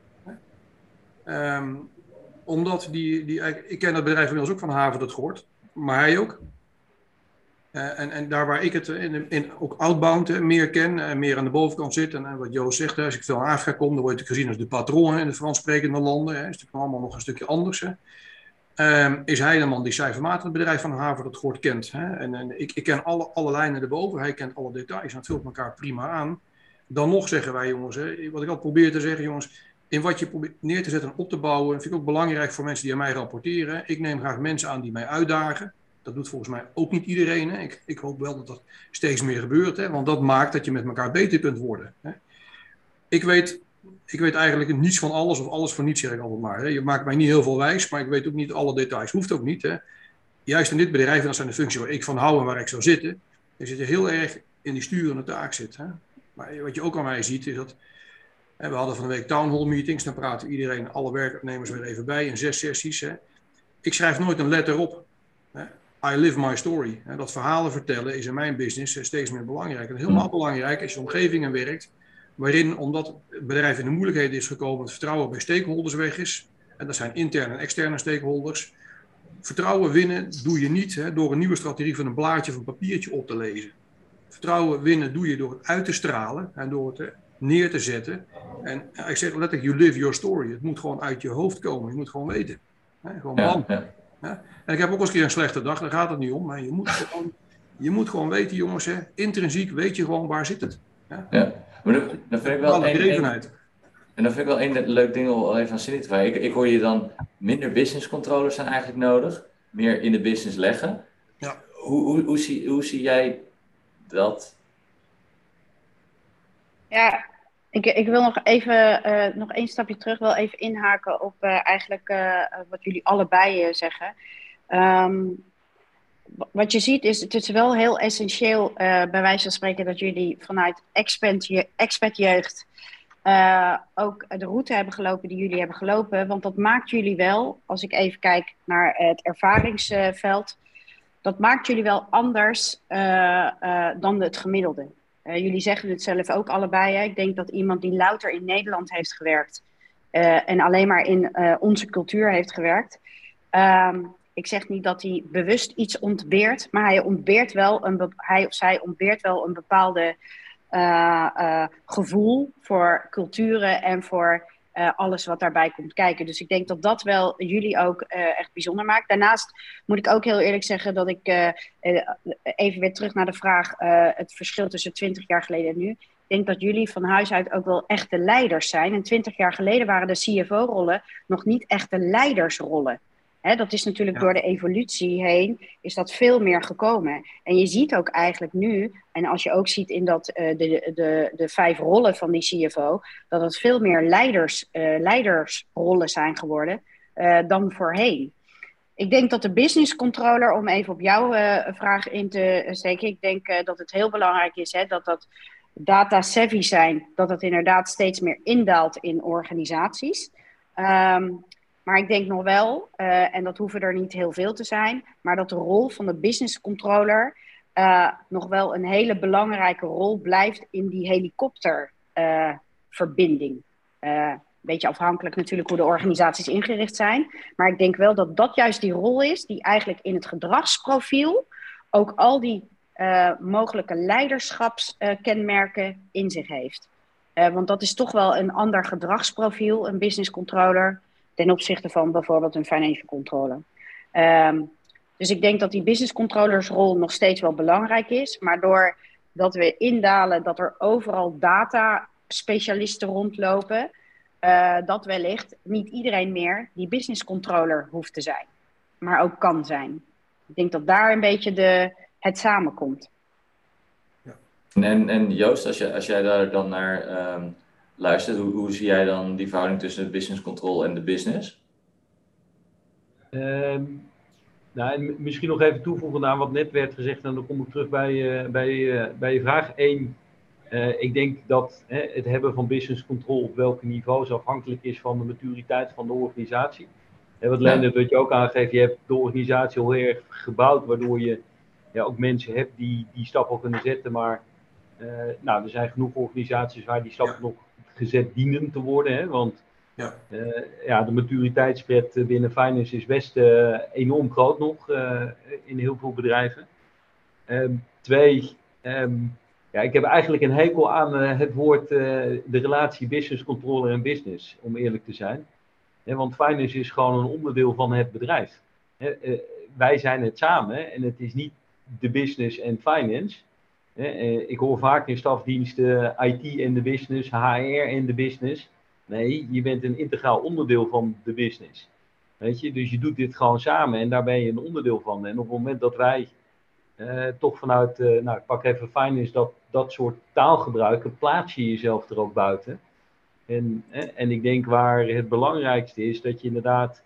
Omdat ik ken dat bedrijf inmiddels ook van Haven dat gehoord, maar hij ook. En daar waar ik het ook outbound meer ken, meer aan de bovenkant zit. En wat Joost zegt, als ik veel naar Afrika kom, dan word je gezien als de patron in de Frans sprekende landen. Dat is natuurlijk allemaal nog een stukje anders. Is hij de man die cijfermatig het bedrijf van Haven dat gehoord kent. En ik ken alle lijnen erboven, hij kent alle details en het vult elkaar prima aan. Dan nog zeggen wij jongens, wat ik altijd probeer te zeggen jongens, in wat je probeert neer te zetten en op te bouwen, vind ik ook belangrijk voor mensen die aan mij rapporteren. Ik neem graag mensen aan die mij uitdagen. Dat doet volgens mij ook niet iedereen. Hè. Ik hoop wel dat dat steeds meer gebeurt. Hè, want dat maakt dat je met elkaar beter kunt worden. Hè. Ik weet eigenlijk niets van alles of alles van niets, zeg ik altijd maar. Hè. Je maakt mij niet heel veel wijs, maar ik weet ook niet alle details. Hoeft ook niet. Hè. Juist in dit bedrijf, en dat zijn de functies waar ik van hou en waar ik zou zitten, dan zit je heel erg in die sturende taak zit. Hè. Maar wat je ook aan mij ziet, is dat we hadden van de week town hall meetings. Dan praten iedereen, alle werknemers weer even bij in 6 sessies. Hè. Ik schrijf nooit een letter op. Hè. I live my story. Dat verhalen vertellen is in mijn business steeds meer belangrijk. En helemaal belangrijk als je omgevingen werkt, waarin, omdat het bedrijf in de moeilijkheden is gekomen, het vertrouwen bij stakeholders weg is. En dat zijn interne en externe stakeholders. Vertrouwen winnen doe je niet door een nieuwe strategie van een blaadje of een papiertje op te lezen. Vertrouwen winnen doe je door het uit te stralen en door het neer te zetten. En ik zeg letterlijk, you live your story. Het moet gewoon uit je hoofd komen. Je moet gewoon weten. Gewoon bam. Ja. En ik heb ook eens een keer een slechte dag, daar gaat het niet om. Maar je moet gewoon weten, jongens, intrinsiek weet je gewoon waar zit het. Ja. Maar dat vind ik wel En dat vind ik wel een leuk ding om even aan Cindy te vragen. Ik hoor je dan minder business controllers zijn eigenlijk nodig, meer in de business leggen. Ja. Hoe zie jij dat? Ja, ik wil nog even, nog één stapje terug, wel even inhaken op eigenlijk wat jullie allebei zeggen. Wat je ziet is, het is wel heel essentieel, bij wijze van spreken, dat jullie vanuit expat-jeugd ook de route hebben gelopen die jullie hebben gelopen. Want dat maakt jullie wel, als ik even kijk naar het ervaringsveld, dat maakt jullie wel anders dan het gemiddelde. Jullie zeggen het zelf ook allebei. Hè? Ik denk dat iemand die louter in Nederland heeft gewerkt en alleen maar in onze cultuur heeft gewerkt. Ik zeg niet dat hij bewust iets ontbeert, maar hij of zij ontbeert wel een bepaalde gevoel voor culturen en voor alles wat daarbij komt kijken. Dus ik denk dat dat wel jullie ook echt bijzonder maakt. Daarnaast moet ik ook heel eerlijk zeggen dat ik, even weer terug naar de vraag, het verschil tussen 20 jaar geleden en nu. Ik denk dat jullie van huis uit ook wel echte leiders zijn. En 20 jaar geleden waren de CFO-rollen nog niet echte leidersrollen. Dat is natuurlijk door de evolutie heen is dat veel meer gekomen. En je ziet ook eigenlijk nu, en als je ook ziet in dat, de 5 rollen van die CFO, dat het veel meer leidersrollen zijn geworden dan voorheen. Ik denk dat de business controller, om even op jouw vraag in te steken, ik denk dat het heel belangrijk is dat data savvy zijn, dat het inderdaad steeds meer indaalt in organisaties. Maar ik denk nog wel, en dat hoeven er niet heel veel te zijn, maar dat de rol van de business controller nog wel een hele belangrijke rol blijft in die helikopterverbinding. Een beetje afhankelijk natuurlijk hoe de organisaties ingericht zijn. Maar ik denk wel dat dat juist die rol is die eigenlijk in het gedragsprofiel ook al die mogelijke leiderschapskenmerken in zich heeft. Want dat is toch wel een ander gedragsprofiel, een business controller, ten opzichte van bijvoorbeeld een financial controller. Dus ik denk dat die business controllersrol nog steeds wel belangrijk is. Maar doordat we indalen dat er overal data specialisten rondlopen, dat wellicht niet iedereen meer die business controller hoeft te zijn. Maar ook kan zijn. Ik denk dat daar een beetje het samenkomt. Ja. En Joost, als jij daar dan naar luistert, hoe zie jij dan die verhouding tussen de business control en de business? Nou, misschien nog even toevoegen aan wat net werd gezegd, en dan kom ik terug bij je vraag 1. Ik denk dat het hebben van business control op welke niveaus afhankelijk is van de maturiteit van de organisatie. Wat Leendert, wat je ook aangeeft, je hebt de organisatie al heel erg gebouwd, waardoor je ook mensen hebt die stappen kunnen zetten. Maar er zijn genoeg organisaties waar die stappen nog gezet dienen te worden. Hè, want de maturiteitsspread binnen finance is best enorm groot nog in heel veel bedrijven. 2, ik heb eigenlijk een hekel aan het woord de relatie business controller en business, om eerlijk te zijn. Want finance is gewoon een onderdeel van het bedrijf. Wij zijn het samen en het is niet de business en finance. Ik hoor vaak in stafdiensten IT en de business, HR en de business. Nee, je bent een integraal onderdeel van de business. Weet je? Dus je doet dit gewoon samen en daar ben je een onderdeel van. En op het moment dat wij toch vanuit, ik pak even finance, dat soort taal gebruiken, plaats je jezelf er ook buiten. En ik denk waar het belangrijkste is, dat je inderdaad,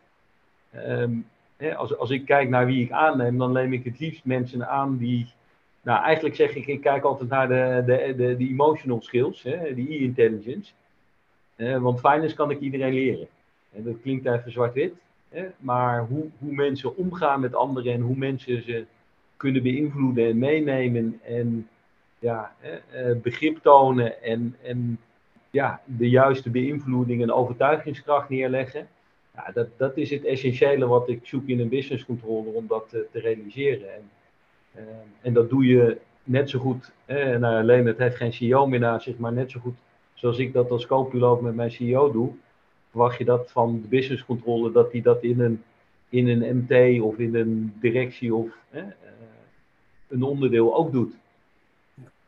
als ik kijk naar wie ik aanneem, dan neem ik het liefst mensen aan die, eigenlijk zeg ik kijk altijd naar de emotional skills, die e-intelligence. Want finance kan ik iedereen leren. Dat klinkt even zwart-wit, maar hoe mensen omgaan met anderen en hoe mensen ze kunnen beïnvloeden en meenemen en begrip tonen en de juiste beïnvloeding en overtuigingskracht neerleggen. Ja, dat is het essentiële wat ik zoek in een business controller om dat te realiseren. En dat doe je net zo goed, Leendert heeft geen CEO meer naast zich, maar net zo goed zoals ik dat als co-piloot met mijn CEO doe, verwacht je dat van de business controller, dat hij dat in een MT of in een directie of een onderdeel ook doet.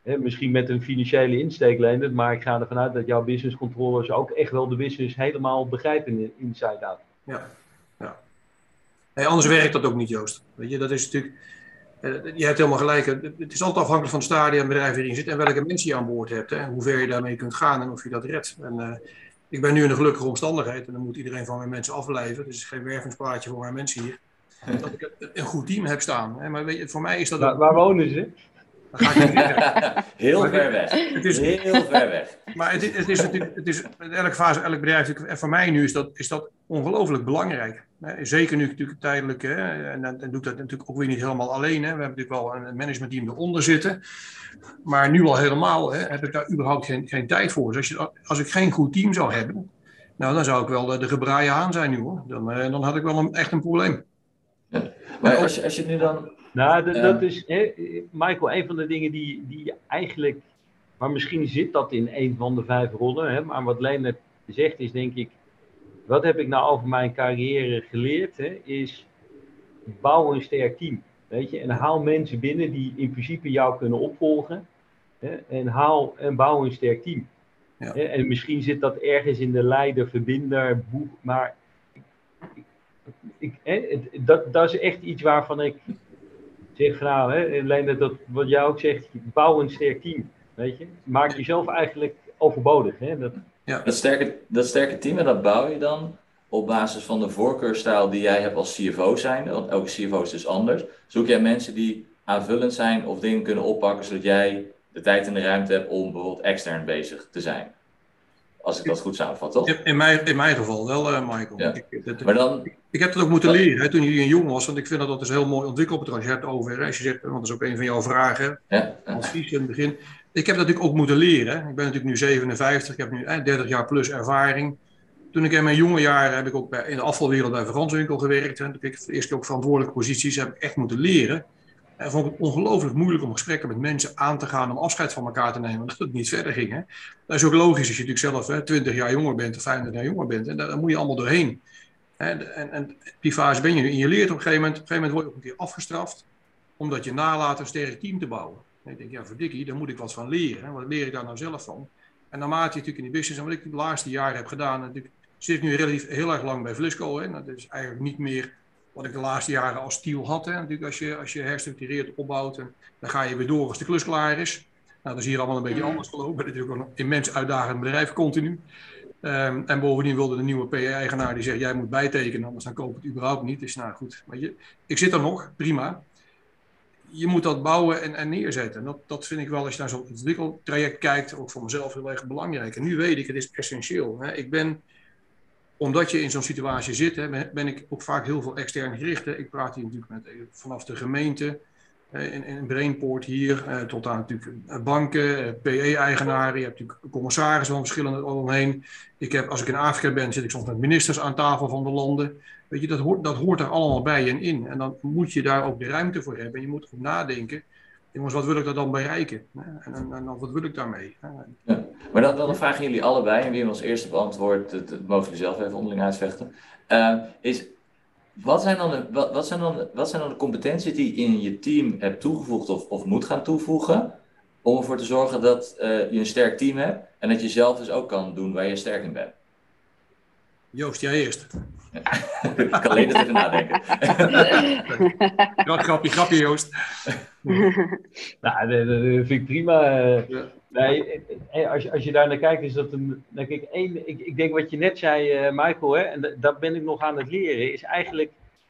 misschien met een financiële insteek, Leendert, maar ik ga ervan uit dat jouw business controllers ook echt wel de business helemaal begrijpen inside out. Ja. Hey, anders werkt dat ook niet, Joost. Weet je, dat is natuurlijk... je hebt helemaal gelijk. Het is altijd afhankelijk van het stadium en bedrijf waarin je zit en welke mensen je aan boord hebt. Hè, en hoe ver je daarmee kunt gaan en of je dat redt. En ik ben nu in een gelukkige omstandigheid en dan moet iedereen van mijn mensen afblijven. Dus het is geen wervingsplaatje voor mijn mensen hier. Dat ik een goed team heb staan. Hè. Maar weet je, voor mij is dat ook... Waar wonen ze? Dat ga ik niet zeggen. Heel ver weg. Heel ver weg. Maar het is natuurlijk, elke fase, elk bedrijf, en voor mij nu is dat ongelooflijk belangrijk. Zeker nu natuurlijk tijdelijk, en dan doe ik dat natuurlijk ook weer niet helemaal alleen. We hebben natuurlijk wel een managementteam eronder zitten. Maar nu al helemaal heb ik daar überhaupt geen tijd voor. Dus als ik geen goed team zou hebben, nou, dan zou ik wel de gebraaide haan zijn nu, hoor. Dan had ik wel echt een probleem. Ja. Maar als je nu dan... Nou, dat is, Michael, een van de dingen die eigenlijk... Maar misschien zit dat in een van de 5 rollen. Maar wat Leendert zegt is, denk ik... Wat heb ik nou over mijn carrière geleerd? Is bouw een sterk team. Weet je? En haal mensen binnen die in principe jou kunnen opvolgen. En bouw een sterk team. Ja. En misschien zit dat ergens in de leider, verbinder, boek. Maar dat is echt iets waarvan ik zeg, nou, Leendert, dat wat jij ook zegt, bouw een sterk team. Weet je? Maak jezelf eigenlijk overbodig. Ja. Dat sterke team, en dat bouw je dan op basis van de voorkeurstijl die jij hebt als CFO zijn. Want elke CFO is dus anders. Zoek jij mensen die aanvullend zijn of dingen kunnen oppakken, zodat jij de tijd en de ruimte hebt om bijvoorbeeld extern bezig te zijn. Als ik dat goed samenvat, toch? In mijn geval wel, Michael. Ja. Ik heb het ook moeten leren toen je jong was, want ik vind dat is heel mooi ontwikkelpatroon. Je hebt het over, als je zegt, want dat is ook een van jouw vragen, advies in het begin. Ik heb dat natuurlijk ook moeten leren. Ik ben natuurlijk nu 57, ik heb nu 30 jaar plus ervaring. Toen ik in mijn jonge jaren heb ik ook in de afvalwereld bij Frans Winkel gewerkt. En toen ik de eerste keer ook verantwoordelijke posities heb ik echt moeten leren. En vond ik het ongelooflijk moeilijk om gesprekken met mensen aan te gaan om afscheid van elkaar te nemen, omdat het niet verder ging. Hè. Dat is ook logisch als je natuurlijk zelf 20 jaar jonger bent of 25 jaar jonger bent. En daar moet je allemaal doorheen. En die fase ben je nu. En je leert op een gegeven moment word je ook een keer afgestraft, omdat je nalaat een sterk team te bouwen. En ik denk, ja verdikkie, daar moet ik wat van leren. Hè. Wat leer ik daar nou zelf van? En naarmate je natuurlijk in die business, en wat ik de laatste jaren heb gedaan, natuurlijk zit ik nu heel erg lang bij Vlisco. Hè. Dat is eigenlijk niet meer wat ik de laatste jaren als stiel had. Hè. Natuurlijk als je herstructureert, opbouwt, en dan ga je weer door als de klus klaar is. Nou, dat is hier allemaal een beetje anders gelopen. Het is natuurlijk ook een immens uitdagend bedrijf, continu. En bovendien wilde de nieuwe PE-eigenaar die zegt, jij moet bijtekenen, anders dan koop ik het überhaupt niet. Dus nou goed, ik zit er nog, prima. Je moet dat bouwen en neerzetten. Dat vind ik wel, als je naar zo'n ontwikkeltraject kijkt, ook voor mezelf heel erg belangrijk. En nu weet ik, het is essentieel. Hè. Omdat je in zo'n situatie zit, ben ik ook vaak heel veel extern gericht. Hè. Ik praat hier natuurlijk vanaf de gemeente, in Brainport hier, tot aan natuurlijk banken, PE-eigenaren. Je hebt natuurlijk commissarissen van verschillende omheen. Als ik in Afrika ben, zit ik soms met ministers aan tafel van de landen. Weet je, dat hoort er allemaal bij en in. En dan moet je daar ook de ruimte voor hebben. En je moet ook nadenken. Jongens, wat wil ik daar dan bereiken? En wat wil ik daarmee? Ja. Maar dan vragen jullie allebei, en wie hem als eerste beantwoordt, dat mogen jullie zelf even onderling uitvechten. Wat zijn dan de competenties die je in je team hebt toegevoegd of moet gaan toevoegen, om ervoor te zorgen dat je een sterk team hebt en dat je zelf dus ook kan doen waar je sterk in bent? Joost, jij eerst. Ik kan alleen even nadenken. Grapje, Joost. Nou, dat vind ik prima. Nee, als je daar naar kijkt, is dat ik denk wat je net zei, Michael, hè, en dat ben ik nog aan het leren, is eigenlijk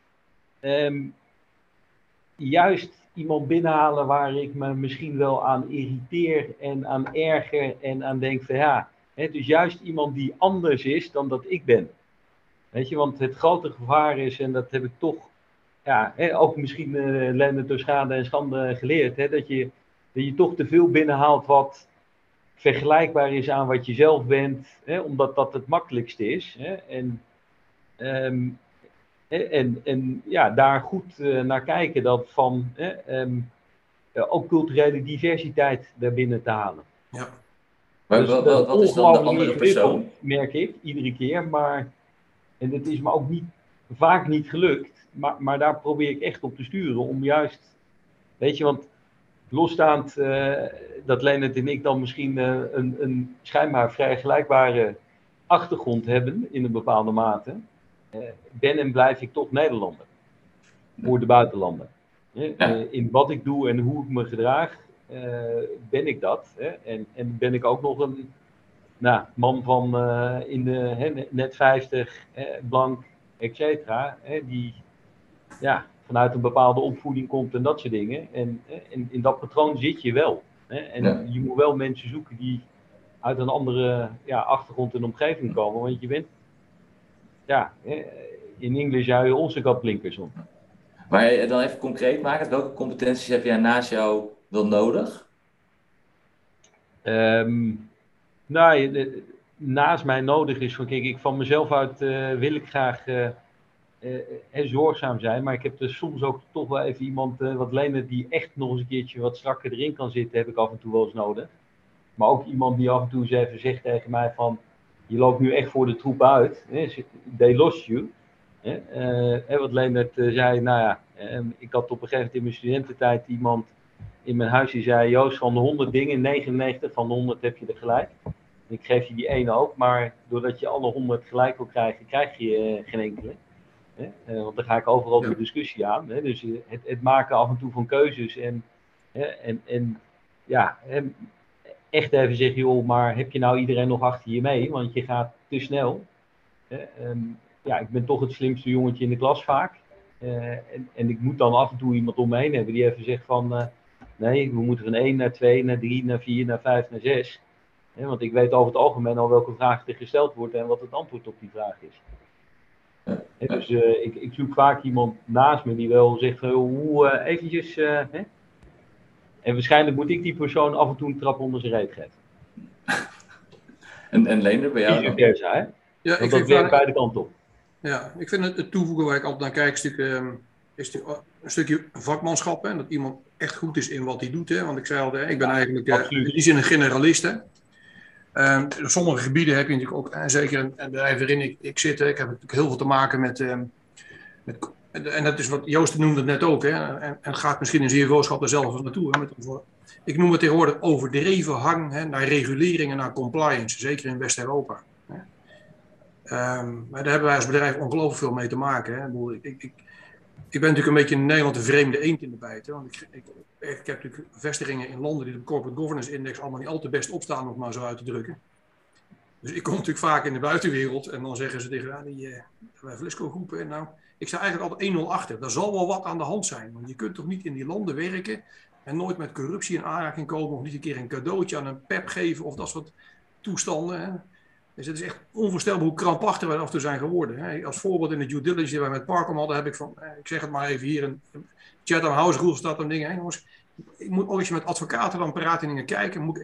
juist iemand binnenhalen waar ik me misschien wel aan irriteer en aan erger en aan denk van ja, hè, dus juist iemand die anders is dan dat ik ben. Weet je, want het grote gevaar is, en dat heb ik toch, ja, ook misschien Leendert door schade en schande geleerd, hè, dat je toch te veel binnenhaalt wat vergelijkbaar is aan wat je zelf bent, hè, omdat dat het makkelijkste is. Hè, en ja, daar goed naar kijken, dat van ook culturele diversiteit daarbinnen te halen. Ja. Maar dus wat is dan de andere persoon? Merk ik, iedere keer, maar en het is me ook vaak niet gelukt, maar daar probeer ik echt op te sturen om juist, weet je, want losstaand dat Leonard en ik dan misschien een schijnbaar vrij gelijkbare achtergrond hebben in een bepaalde mate, ben en blijf ik toch Nederlander voor de buitenlander. In wat ik doe en hoe ik me gedraag, ben ik dat. En ben ik ook nog een man van in de net 50, blank, et cetera, die vanuit een bepaalde opvoeding komt en dat soort dingen. En in dat patroon zit je wel. En je moet wel mensen zoeken die uit een andere achtergrond en omgeving komen. Want je bent, in Engels hou je onze blinkers om. Maar je dan even concreet maken, welke competenties heb jij naast jou wel nodig? Naast mij nodig is van, kijk, ik van mezelf uit wil ik graag zorgzaam zijn, maar ik heb er soms ook toch wel even iemand, wat Leonard, die echt nog eens een keertje wat strakker erin kan zitten, heb ik af en toe wel eens nodig. Maar ook iemand die af en toe eens even zegt tegen mij van, je loopt nu echt voor de troep uit, they lost you. Wat Leonard zei, ik had op een gegeven moment in mijn studententijd iemand in mijn huis die zei, Joost, van de 100 dingen, 99 van de 100 heb je er gelijk. Ik geef je die ene ook, maar doordat je alle 100 gelijk wil krijgen, krijg je geen enkele. Want dan ga ik overal de discussie aan. Dus het maken af en toe van keuzes en echt even zeggen, joh, maar heb je nou iedereen nog achter je mee? Want je gaat te snel. Ik ben toch het slimste jongetje in de klas vaak. En ik moet dan af en toe iemand om me heen hebben die even zegt van, nee, we moeten van 1 naar 2, naar 3, naar 4, naar 5, naar 6. Want ik weet over het algemeen al welke vraag er gesteld wordt en wat het antwoord op die vraag is. Dus ik zoek vaak iemand naast me die wel zegt, hoe eventjes... En waarschijnlijk moet ik die persoon af en toe een trap onder zijn reet geven. En Leender, bij jou? Ja, want dat werkt beide kanten op. Ja, ik vind het toevoegen waar ik altijd naar kijk, is een stukje vakmanschap. Hè? Dat iemand echt goed is in wat hij doet. Hè? Want ik zei al, ik ben eigenlijk in die zin een generalist. Hè? In sommige gebieden heb je natuurlijk ook, en zeker in het bedrijf waarin ik zit, ik heb natuurlijk heel veel te maken met en dat is wat Joost noemde het net ook, hè, en gaat misschien in CFO-schap er zelf naartoe. Hè, ik noem het tegenwoordig overdreven hang naar regulering en naar compliance, zeker in West-Europa. Maar daar hebben wij als bedrijf ongelooflijk veel mee te maken. Hè. Ik ben natuurlijk een beetje in Nederland een vreemde eend in de bijt. Hè, want ik heb natuurlijk vestigingen in Londen die de Corporate Governance Index allemaal niet al te best opstaan, om het maar zo uit te drukken. Dus ik kom natuurlijk vaak in de buitenwereld en dan zeggen ze tegen bij Vlisco groepen, nou, ik sta eigenlijk altijd 1-0 achter. Daar zal wel wat aan de hand zijn. Want je kunt toch niet in die landen werken en nooit met corruptie in aanraking komen of niet een keer een cadeautje aan een pep geven of dat soort toestanden. Hè. Dus het is echt onvoorstelbaar hoe krampachtig wij af en toe zijn geworden. Hè. Als voorbeeld in de due diligence die wij met Parkom hadden, heb ik van, ik zeg het maar even hier, een Chatham House Rule staat dan dingen. Hè, jongens, ik moet ook als je met advocaten dan praat en dingen kijken, moet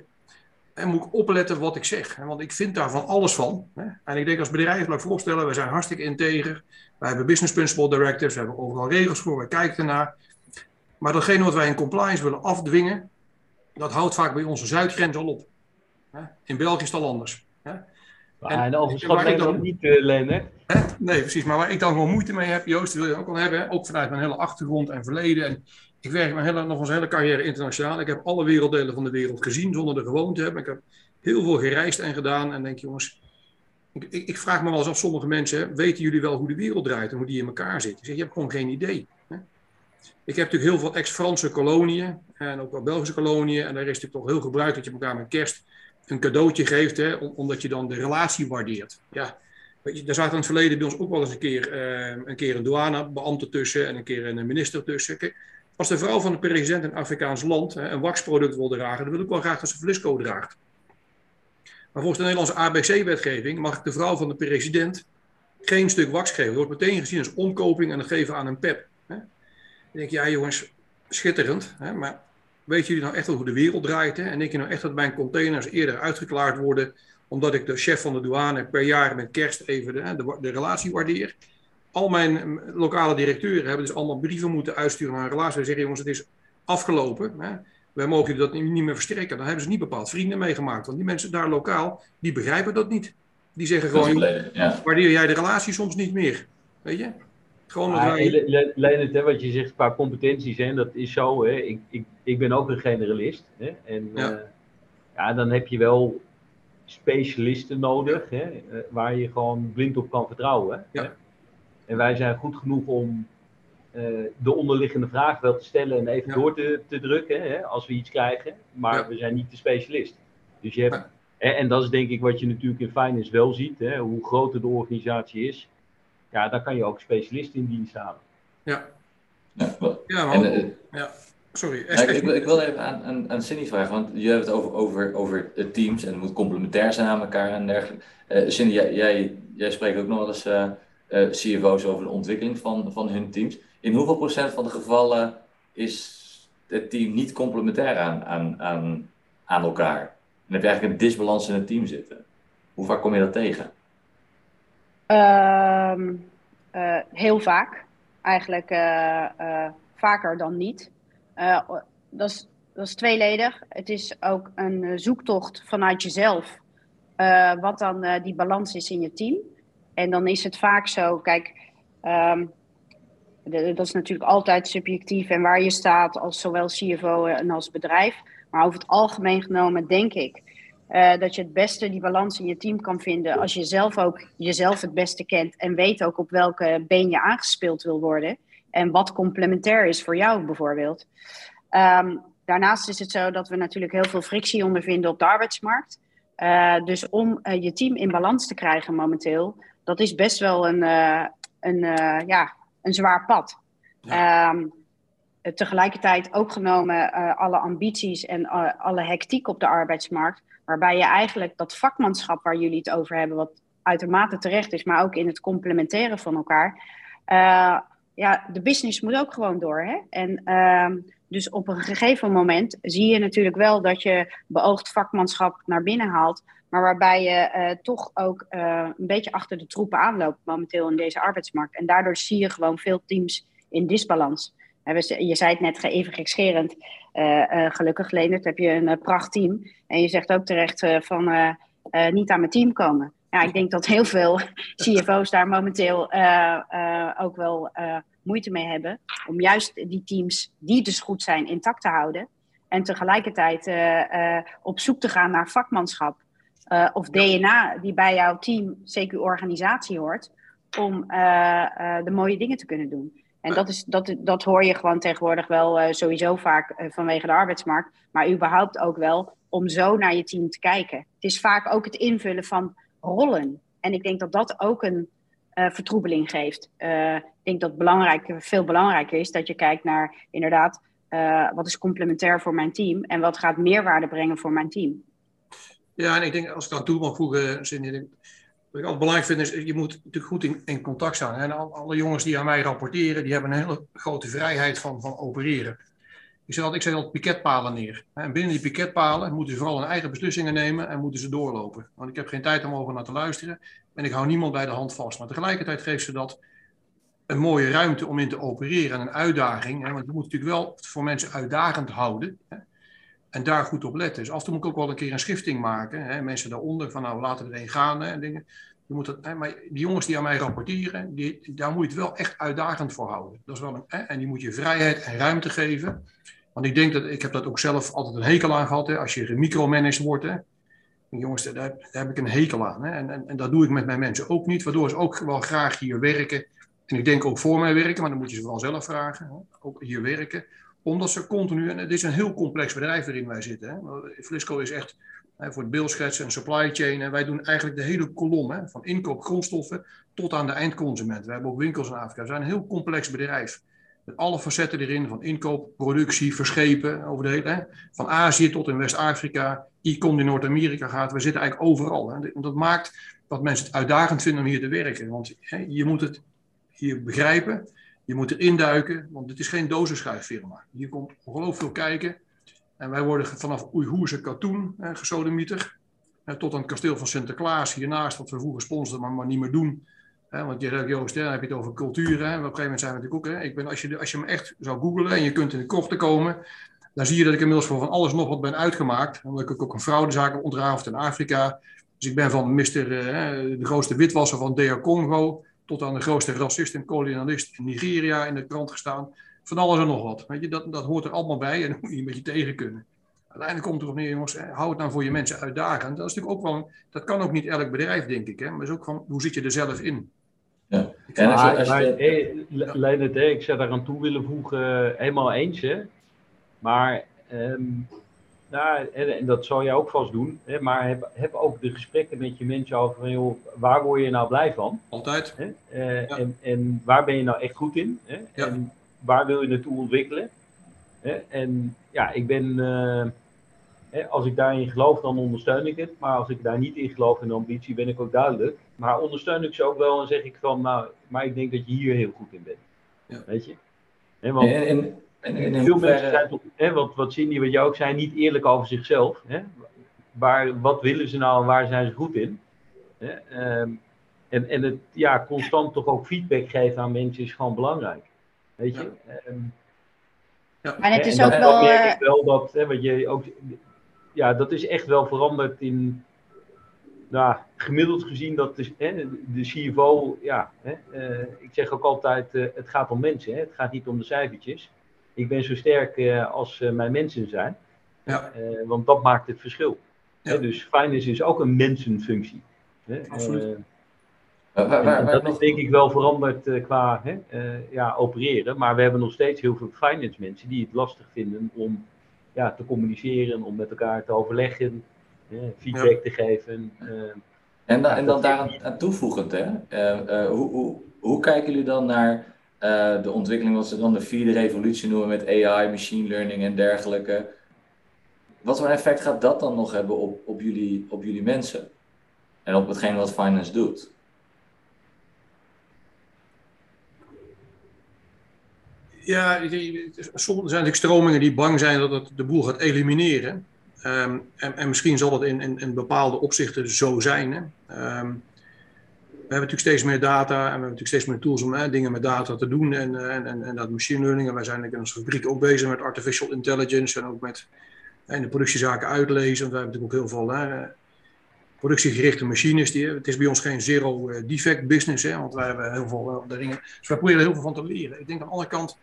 ik opletten wat ik zeg. Hè, want ik vind daar van alles van. Hè. En ik denk als bedrijf, laat ik voorstellen, wij zijn hartstikke integer. Wij hebben business principle directives, we hebben overal regels voor, wij kijken ernaar. Maar datgene wat wij in compliance willen afdwingen, dat houdt vaak bij onze zuidgrens al op. Hè. In België is het al anders. Hè. En overschat Nederland niet, Leonard. Nee, precies. Maar waar ik dan gewoon moeite mee heb, Joost, wil je ook al hebben, hè? Ook vanuit mijn hele achtergrond en verleden. En ik werk nog onze hele carrière internationaal. Ik heb alle werelddelen van de wereld gezien zonder er gewoond te hebben. Ik heb heel veel gereisd en gedaan. En denk, jongens, ik vraag me wel eens af, sommige mensen, weten jullie wel hoe de wereld draait en hoe die in elkaar zit? Ik zeg, je hebt gewoon geen idee. Hè? Ik heb natuurlijk heel veel ex-Franse koloniën en ook wel Belgische koloniën. En daar is natuurlijk toch heel gebruikt dat je elkaar met kerst een cadeautje geeft, hè, omdat je dan de relatie waardeert. Ja, weet je, daar zaten in het verleden bij ons ook wel eens een keer een douanebeambte tussen en een keer een minister tussen. Kijk, als de vrouw van de president in een Afrikaans land een waxproduct wil dragen, dan wil ik wel graag dat ze Vlisco draagt. Maar volgens de Nederlandse ABC-wetgeving mag de vrouw van de president geen stuk wax geven. Dat wordt meteen gezien als omkoping en het geven aan een pep. Hè. Dan denk je, ja jongens, schitterend, hè, maar weten jullie nou echt wel hoe de wereld draait? Hè? En denk je nou echt dat mijn containers eerder uitgeklaard worden, omdat ik de chef van de douane per jaar met kerst even de relatie waardeer? Al mijn lokale directeuren hebben dus allemaal brieven moeten uitsturen naar een relatie. Ze zeggen, jongens, het is afgelopen. Hè? Wij mogen dat niet meer verstrekken. Dan hebben ze niet bepaald vrienden meegemaakt. Want die mensen daar lokaal, die begrijpen dat niet. Die zeggen gewoon, waardeer jij de relatie soms niet meer? Weet je? Gewoon Leonard, wat je zegt qua competenties, hè, dat is zo. Hè. Ik ben ook een generalist. Hè, en dan heb je wel specialisten nodig, hè, waar je gewoon blind op kan vertrouwen. Hè. En wij zijn goed genoeg om de onderliggende vraag wel te stellen en even door te drukken, hè, als we iets krijgen. Maar we zijn niet de specialist. Dus je hebt, en dat is denk ik wat je natuurlijk in finance wel ziet. Hè, hoe groter de organisatie is, dan kan je ook specialisten in dienst halen. Sorry. Ik wil even aan Cindy vragen, want je hebt het over teams en het moet complementair zijn aan elkaar en dergelijke. Cindy, jij spreekt ook nog wel eens CFO's over de ontwikkeling van hun teams. In hoeveel procent van de gevallen is het team niet complementair aan elkaar? En heb je eigenlijk een disbalans in het team zitten? Hoe vaak kom je dat tegen? Heel vaak. Eigenlijk vaker dan niet. Dat is tweeledig. Het is ook een zoektocht vanuit jezelf. Wat dan die balans is in je team. En dan is het vaak zo, kijk, dat is natuurlijk altijd subjectief en waar je staat als zowel CFO en als bedrijf. Maar over het algemeen genomen denk ik dat je het beste die balans in je team kan vinden als je zelf ook jezelf het beste kent en weet ook op welke been je aangespeeld wil worden. En wat complementair is voor jou bijvoorbeeld. Daarnaast is het zo dat we natuurlijk heel veel frictie ondervinden op de arbeidsmarkt. Dus om je team in balans te krijgen momenteel, dat is best wel een zwaar pad. Tegelijkertijd ook genomen alle ambities en alle hectiek op de arbeidsmarkt, waarbij je eigenlijk dat vakmanschap waar jullie het over hebben, wat uitermate terecht is, maar ook in het complementeren van elkaar. De business moet ook gewoon door. Hè? En dus op een gegeven moment zie je natuurlijk wel dat je beoogd vakmanschap naar binnen haalt, maar waarbij je toch ook een beetje achter de troepen aanloopt momenteel in deze arbeidsmarkt. En daardoor zie je gewoon veel teams in disbalans. Je zei het net even gekscherend, gelukkig Leendert, heb je een prachtteam. En je zegt ook terecht van niet aan mijn team komen. Ja, ik denk dat heel veel CFO's daar momenteel ook wel moeite mee hebben. Om juist die teams die dus goed zijn intact te houden. En tegelijkertijd op zoek te gaan naar vakmanschap. Of DNA die bij jouw team, CQ organisatie hoort. Om de mooie dingen te kunnen doen. En dat hoor je gewoon tegenwoordig wel sowieso vaak vanwege de arbeidsmarkt. Maar überhaupt ook wel om zo naar je team te kijken. Het is vaak ook het invullen van rollen. En ik denk dat dat ook een vertroebeling geeft. Ik denk dat veel belangrijker is dat je kijkt naar inderdaad wat is complementair voor mijn team en wat gaat meerwaarde brengen voor mijn team. Ja, en ik denk als ik aan toe mag voegen, Cindy, wat ik altijd belangrijk vind is, je moet natuurlijk goed in contact staan. En alle jongens die aan mij rapporteren, die hebben een hele grote vrijheid van opereren. Ik zet altijd piketpalen neer. En binnen die piketpalen moeten ze vooral hun eigen beslissingen nemen en moeten ze doorlopen. Want ik heb geen tijd om over naar te luisteren en ik hou niemand bij de hand vast. Maar tegelijkertijd geeft ze dat een mooie ruimte om in te opereren en een uitdaging. Want je moet natuurlijk wel voor mensen uitdagend houden. En daar goed op letten. Dus af en toe moet ik ook wel een keer een schifting maken. Mensen daaronder van nou laten we het heen gaan en dingen. Maar die jongens die aan mij rapporteren, daar moet je het wel echt uitdagend voor houden. Dat is wel en die moet je vrijheid en ruimte geven. Want ik denk ik heb dat ook zelf altijd een hekel aan gehad. Als je gemicromanaged wordt. Jongens, daar heb ik een hekel aan. En dat doe ik met mijn mensen ook niet. Waardoor ze ook wel graag hier werken. En ik denk ook voor mij werken, maar dan moet je ze wel zelf vragen. Ook hier werken. Omdat ze continu, en het is een heel complex bedrijf waarin wij zitten. Flisco is echt voor het beeldschetsen en supply chain. En wij doen eigenlijk de hele kolom. Van inkoop grondstoffen tot aan de eindconsument. We hebben ook winkels in Afrika. We zijn een heel complex bedrijf. Met alle facetten erin. Van inkoop, productie, verschepen. Over de hele, van Azië tot in West-Afrika. E-com in Noord-Amerika gaat. We zitten eigenlijk overal. En dat maakt dat mensen het uitdagend vinden om hier te werken. Want je moet het hier begrijpen. Je moet erin duiken, want het is geen dozenschuiffirma. Hier komt ongelooflijk veel kijken. En wij worden vanaf Oeihoerse katoen gesodemieter. Tot aan het kasteel van Sinterklaas hiernaast, wat we vroeger sponsorden, maar niet meer doen. Want je zegt, Joost, dan heb je het over cultuur. Op een gegeven moment zijn we natuurlijk ook. Als je me echt zou googlen en je kunt in de krochten komen, dan zie je dat ik inmiddels voor van alles nog wat ben uitgemaakt. Omdat ik ook een fraudezaak heb ontrafeld in Afrika. Dus ik ben van de grootste witwasser van DR Congo tot aan de grootste racist en kolonialist in Nigeria in de krant gestaan. Van alles en nog wat. Weet je, dat hoort er allemaal bij en dat moet je een beetje tegen kunnen. Uiteindelijk komt het erop neer, jongens, hou het nou voor je mensen uitdagend. Dat is natuurlijk ook wel, dat kan ook niet elk bedrijf, denk ik. Hè? Maar het is ook van, hoe zit je er zelf in? Ja. Leonard, ik zou daar aan toe willen voegen, helemaal eens. Hè? Maar, en dat zou jij ook vast doen. Hè? Maar heb ook de gesprekken met je mensen over, van, joh, waar word je nou blij van? Altijd. Hè? En waar ben je nou echt goed in? Hè? Ja. En waar wil je naartoe ontwikkelen? Hè? En ja, ik ben... als ik daarin geloof, dan ondersteun ik het. Maar als ik daar niet in geloof in de ambitie, ben ik ook duidelijk. Maar ondersteun ik ze ook wel en zeg ik van, nou, maar ik denk dat je hier heel goed in bent. Ja. Weet je? Want veel mensen zijn toch, wat Cindy, wat jij ook zei, niet eerlijk over zichzelf. Wat willen ze nou en waar zijn ze goed in? En het constant toch ook feedback geven aan mensen is gewoon belangrijk. Weet je? Ja. Maar het is ook wel... Dan merk ik wel dat, wat je ook... Ja, dat is echt wel veranderd in... Nou, gemiddeld gezien dat de CFO... ik zeg ook altijd, het gaat om mensen. Het gaat niet om de cijfertjes. Ik ben zo sterk als mijn mensen zijn. Ja. Want dat maakt het verschil. Ja. Dus finance is ook een mensenfunctie. Absoluut. Dat is denk ik wel veranderd qua opereren. Maar we hebben nog steeds heel veel finance mensen die het lastig vinden om te communiceren, om met elkaar te overleggen, feedback te geven. En dan daaraan toevoegend, hoe kijken jullie dan naar de ontwikkeling, wat ze dan de vierde revolutie noemen met AI, machine learning en dergelijke? Wat voor effect gaat dat dan nog hebben op jullie mensen? En op hetgeen wat finance doet? Ja, soms zijn natuurlijk stromingen die bang zijn dat het de boel gaat elimineren. En misschien zal het in bepaalde opzichten zo zijn. Hè. We hebben natuurlijk steeds meer data en we hebben natuurlijk steeds meer tools om dingen met data te doen. En dat machine learning. En wij zijn in onze fabriek ook bezig met artificial intelligence en ook met de productiezaken uitlezen. Want we hebben natuurlijk ook heel veel productiegerichte machines. Het is bij ons geen zero defect business, want wij hebben heel veel dingen. Dus wij proberen er heel veel van te leren. Ik denk aan de andere kant,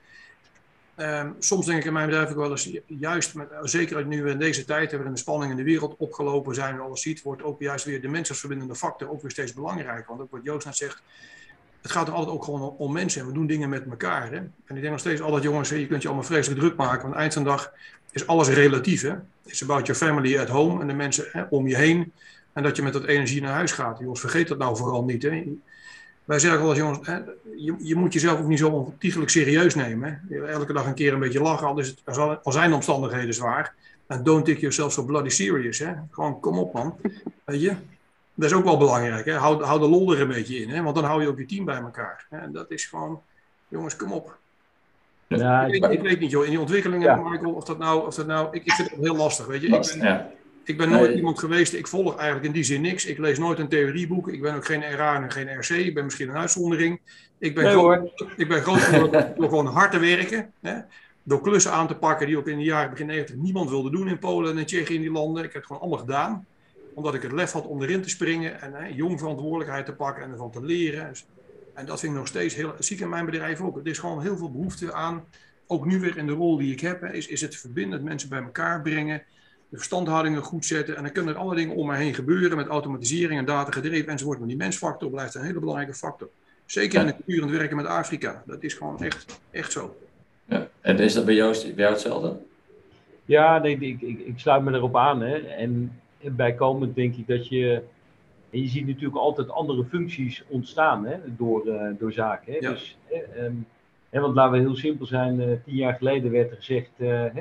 soms denk ik in mijn bedrijf ook wel eens, juist, zeker nu we in deze tijd hebben, de spanningen in de wereld opgelopen zijn en alles ziet, wordt ook juist weer de mensensverbindende factor ook weer steeds belangrijker. Want ook wat Joost net zegt, het gaat er altijd ook gewoon om mensen en we doen dingen met elkaar. Hè? En ik denk nog steeds altijd, jongens, je kunt je allemaal vreselijk druk maken, want eind van de dag is alles relatief. Hè? It's about your family at home en de mensen om je heen. En dat je met dat energie naar huis gaat. Jongens, vergeet dat nou vooral niet. Hè? Wij zeggen wel eens, jongens, je moet jezelf ook niet zo ontiegelijk serieus nemen. Hè? Elke dag een keer een beetje lachen, al zijn de omstandigheden zwaar. En don't take yourself so bloody serious. Hè? Gewoon, kom op man. Weet je? Dat is ook wel belangrijk. Hè? Hou de lol er een beetje in. Hè? Want dan hou je ook je team bij elkaar. Hè? En dat is gewoon, jongens, kom op. Ja, ik weet niet, joh, in die ontwikkelingen, Michael, of dat nou, ik vind het heel lastig, weet je. Ik ben nooit iemand geweest, ik volg eigenlijk in die zin niks. Ik lees nooit een theorieboek. Ik ben ook geen RA en geen RC. Ik ben misschien een uitzondering. Ik ben groot geworden door gewoon hard te werken. Hè? Door klussen aan te pakken die ook in de jaren begin 90 niemand wilde doen in Polen en Tsjechië in die landen. Ik heb het gewoon allemaal gedaan. Omdat ik het lef had om erin te springen en jong verantwoordelijkheid te pakken en ervan te leren. En dat vind ik nog steeds heel, zie ik in mijn bedrijf ook. Er is gewoon heel veel behoefte aan, ook nu weer in de rol die ik heb, is het verbinden, het mensen bij elkaar brengen. De verstandhoudingen goed zetten. En dan kunnen er alle dingen om me heen gebeuren met automatisering en data gedreven enzovoort. Maar die mensfactor blijft een hele belangrijke factor. Zeker in het cultuur werken met Afrika. Dat is gewoon echt zo. Ja. En is dat bij jou hetzelfde? Ja, nee, ik sluit me erop aan. Hè. En bijkomend denk ik dat je ziet natuurlijk altijd andere functies ontstaan door zaken. Hè. Ja. Dus, want laten we heel simpel zijn. 10 jaar geleden werd er gezegd...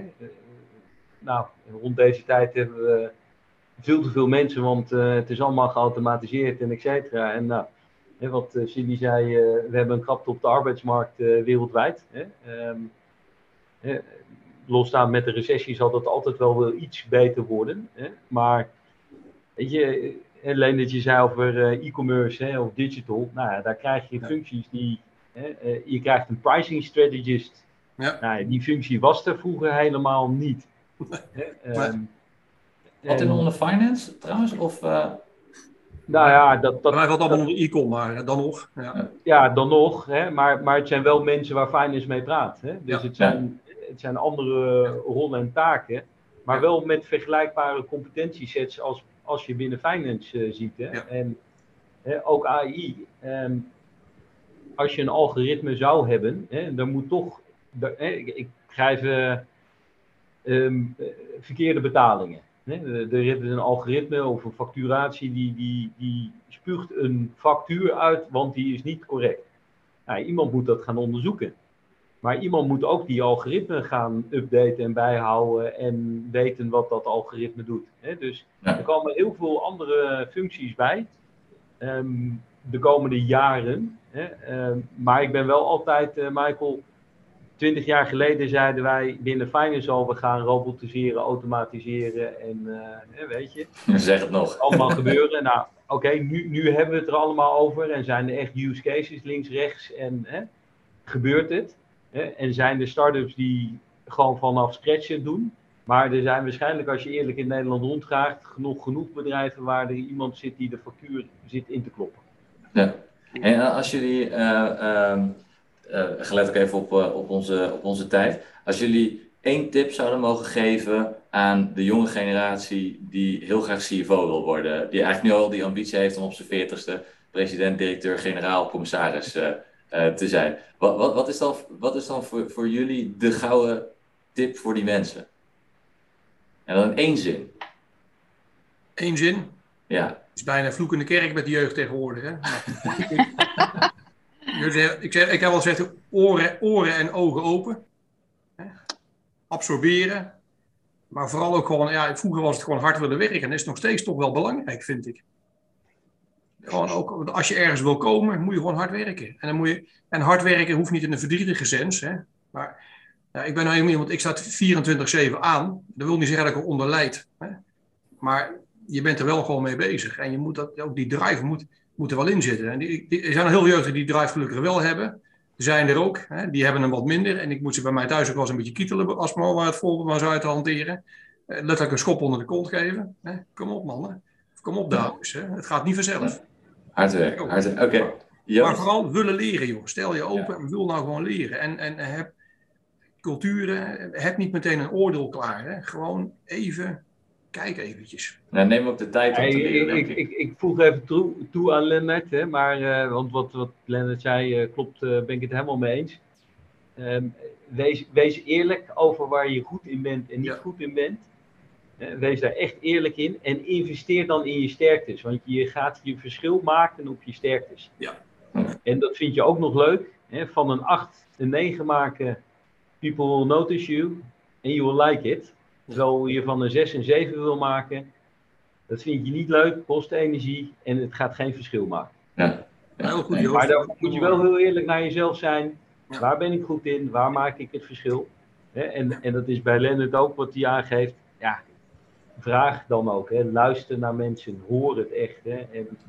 rond deze tijd hebben we veel te veel mensen, want het is allemaal geautomatiseerd en et cetera. En wat Cindy zei, we hebben een krapte op de arbeidsmarkt wereldwijd. Losstaan met de recessie zal dat altijd wel iets beter worden. Maar weet je, alleen dat je zei over e-commerce of digital, daar krijg je functies die... je krijgt een pricing strategist. Ja. Die functie was er vroeger helemaal niet. Wat in onder finance trouwens? Of, Nou ja, Bij mij valt allemaal onder e-com, maar dan nog. Ja, dan nog. Hè, maar het zijn wel mensen waar finance mee praat. Hè? Dus het zijn andere rollen en taken. Maar wel met vergelijkbare competentiesets als je binnen finance ziet. Hè? Ja. En ook AI. Als je een algoritme zou hebben, dan moet toch. Ik krijg verkeerde betalingen. Er is een algoritme of een facturatie die spuugt een factuur uit, want die is niet correct. Nou, iemand moet dat gaan onderzoeken. Maar iemand moet ook die algoritme gaan updaten en bijhouden en weten wat dat algoritme doet. Dus er komen heel veel andere functies bij de komende jaren. Maar ik ben wel altijd, Michael, 20 jaar geleden zeiden wij binnen finance al, we gaan robotiseren, automatiseren en weet je. Zeg het nog. Allemaal gebeuren. Nou, oké, nu hebben we het er allemaal over en zijn er echt use cases links, rechts en gebeurt het. En zijn er start-ups die gewoon vanaf scratch het doen. Maar er zijn waarschijnlijk, als je eerlijk in Nederland rondgaat, genoeg bedrijven waar er iemand zit die de factuur zit in te kloppen. Ja. En als jullie, gelet ook even op onze tijd, als jullie 1 tip zouden mogen geven aan de jonge generatie die heel graag CFO wil worden, die eigenlijk nu al die ambitie heeft om op zijn 40ste president, directeur, generaal, commissaris te zijn. Wat is dan voor jullie de gouden tip voor die mensen? En dan in 1 zin. 1 zin? Ja. Het is bijna vloek in de kerk met de jeugd tegenwoordig. Hè? Ik heb al gezegd, oren en ogen open. Absorberen. Maar vooral ook gewoon, vroeger was het gewoon hard willen werken. En dat is nog steeds toch wel belangrijk, vind ik. Gewoon ook, als je ergens wil komen, moet je gewoon hard werken. En hard werken hoeft niet in een verdrietige sens. Hè? Maar ik ben nou helemaal iemand, ik sta 24/7 aan. Dat wil niet zeggen dat ik eronder lijd. Hè? Maar je bent er wel gewoon mee bezig. En je moet ook die drive moet er wel in zitten. En er zijn heel veel jeugdigen die drive gelukkig wel hebben. Er zijn er ook. Hè? Die hebben hem wat minder. En ik moet ze bij mij thuis ook wel eens een beetje kietelen als me al het voorbeeld maar zo uit te hanteren. Letterlijk een schop onder de kont geven. Hè? Kom op, mannen. Kom op, dames. Hè? Het gaat niet vanzelf. Hard werken. Oké. Maar vooral willen leren, joh. Stel je open en wil nou gewoon leren. En heb culturen, heb niet meteen een oordeel klaar. Hè? Gewoon even, kijk eventjes. Neem ook de tijd om te leren. Ik voeg even toe aan Lennart, hè, maar, want wat Lennart zei klopt, ben ik het helemaal mee eens. Wees eerlijk over waar je goed in bent en niet goed in bent. Wees daar echt eerlijk in en investeer dan in je sterktes, want je gaat je verschil maken op je sterktes. Ja. En dat vind je ook nog leuk. Hè? Van een 8, een 9 maken, people will notice you and you will like it. Terwijl je van een 6 een 7 wil maken, dat vind je niet leuk, kost energie en het gaat geen verschil maken. Ja. Heel goed, maar dan moet je wel heel eerlijk naar jezelf zijn. Ja. Waar ben ik goed in? Waar maak ik het verschil? En dat is bij Lennart ook wat hij aangeeft. Ja, vraag dan ook. Hè. Luister naar mensen. Hoor het echt. Hè.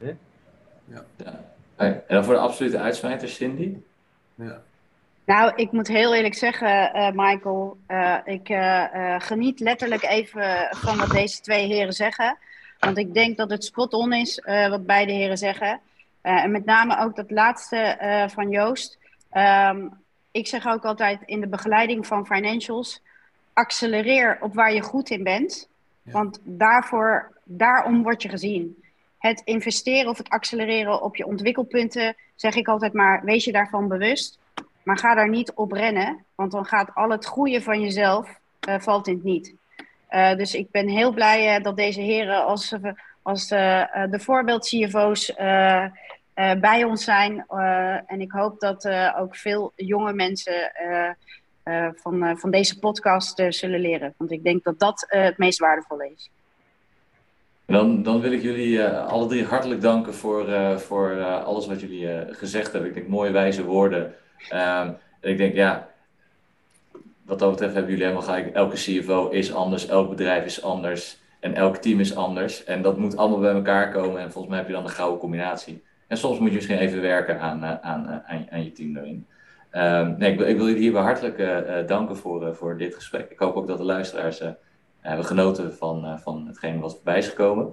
En dan voor de absolute uitsmijter, Cindy? Ja. Nou, ik moet heel eerlijk zeggen, Michael. Ik geniet letterlijk even van wat deze 2 heren zeggen. Want ik denk dat het spot on is wat beide heren zeggen. En met name ook dat laatste van Joost. Ik zeg ook altijd in de begeleiding van financials, accelereer op waar je goed in bent. Ja. Want daarom word je gezien. Het investeren of het accelereren op je ontwikkelpunten, zeg ik altijd maar, wees je daarvan bewust. Maar ga daar niet op rennen, want dan gaat al het goede van jezelf, valt in het niet. Dus ik ben heel blij dat deze heren als de voorbeeld-CFO's bij ons zijn. En ik hoop dat ook veel jonge mensen van deze podcast zullen leren. Want ik denk dat dat het meest waardevolle is. Dan wil ik jullie alle 3 hartelijk danken voor alles wat jullie gezegd hebben. Ik denk mooie wijze woorden. En ik denk, wat dat betreft hebben jullie helemaal gelijk. Elke CFO is anders, elk bedrijf is anders en elk team is anders. En dat moet allemaal bij elkaar komen en volgens mij heb je dan een gouden combinatie. En soms moet je misschien even werken aan je team daarin. Ik wil jullie hierbij hartelijk danken voor dit gesprek. Ik hoop ook dat de luisteraars hebben genoten van hetgeen wat voorbij is gekomen.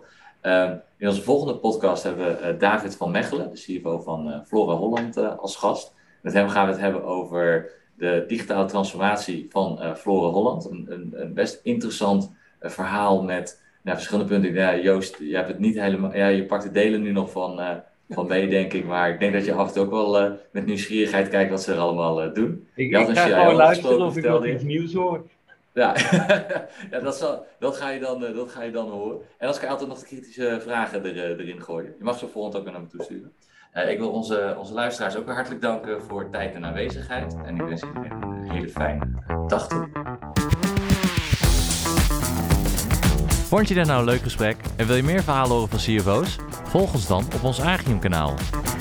In onze volgende podcast hebben we David van Mechelen, de CFO van Flora Holland, als gast. Met hem gaan we het hebben over de digitale transformatie van Flora Holland. Een best interessant verhaal met verschillende punten. Ja, Joost, je hebt het niet helemaal. Ja, je pakt de delen nu nog van mee, denk ik. Maar ik denk dat je af en toe ook wel met nieuwsgierigheid kijkt wat ze er allemaal doen. Ik ga gewoon luisteren of ik nog iets nieuws hoor. Ja, ja dat ga je dan horen. En anders kan je altijd nog de kritische vragen erin gooien. Je mag ze volgend ook naar me toesturen. Ik wil onze luisteraars ook weer hartelijk danken voor tijd en aanwezigheid. En ik wens jullie een hele fijne dag toe. Vond je dit nou een leuk gesprek en wil je meer verhalen horen van CFO's? Volg ons dan op ons Agium kanaal.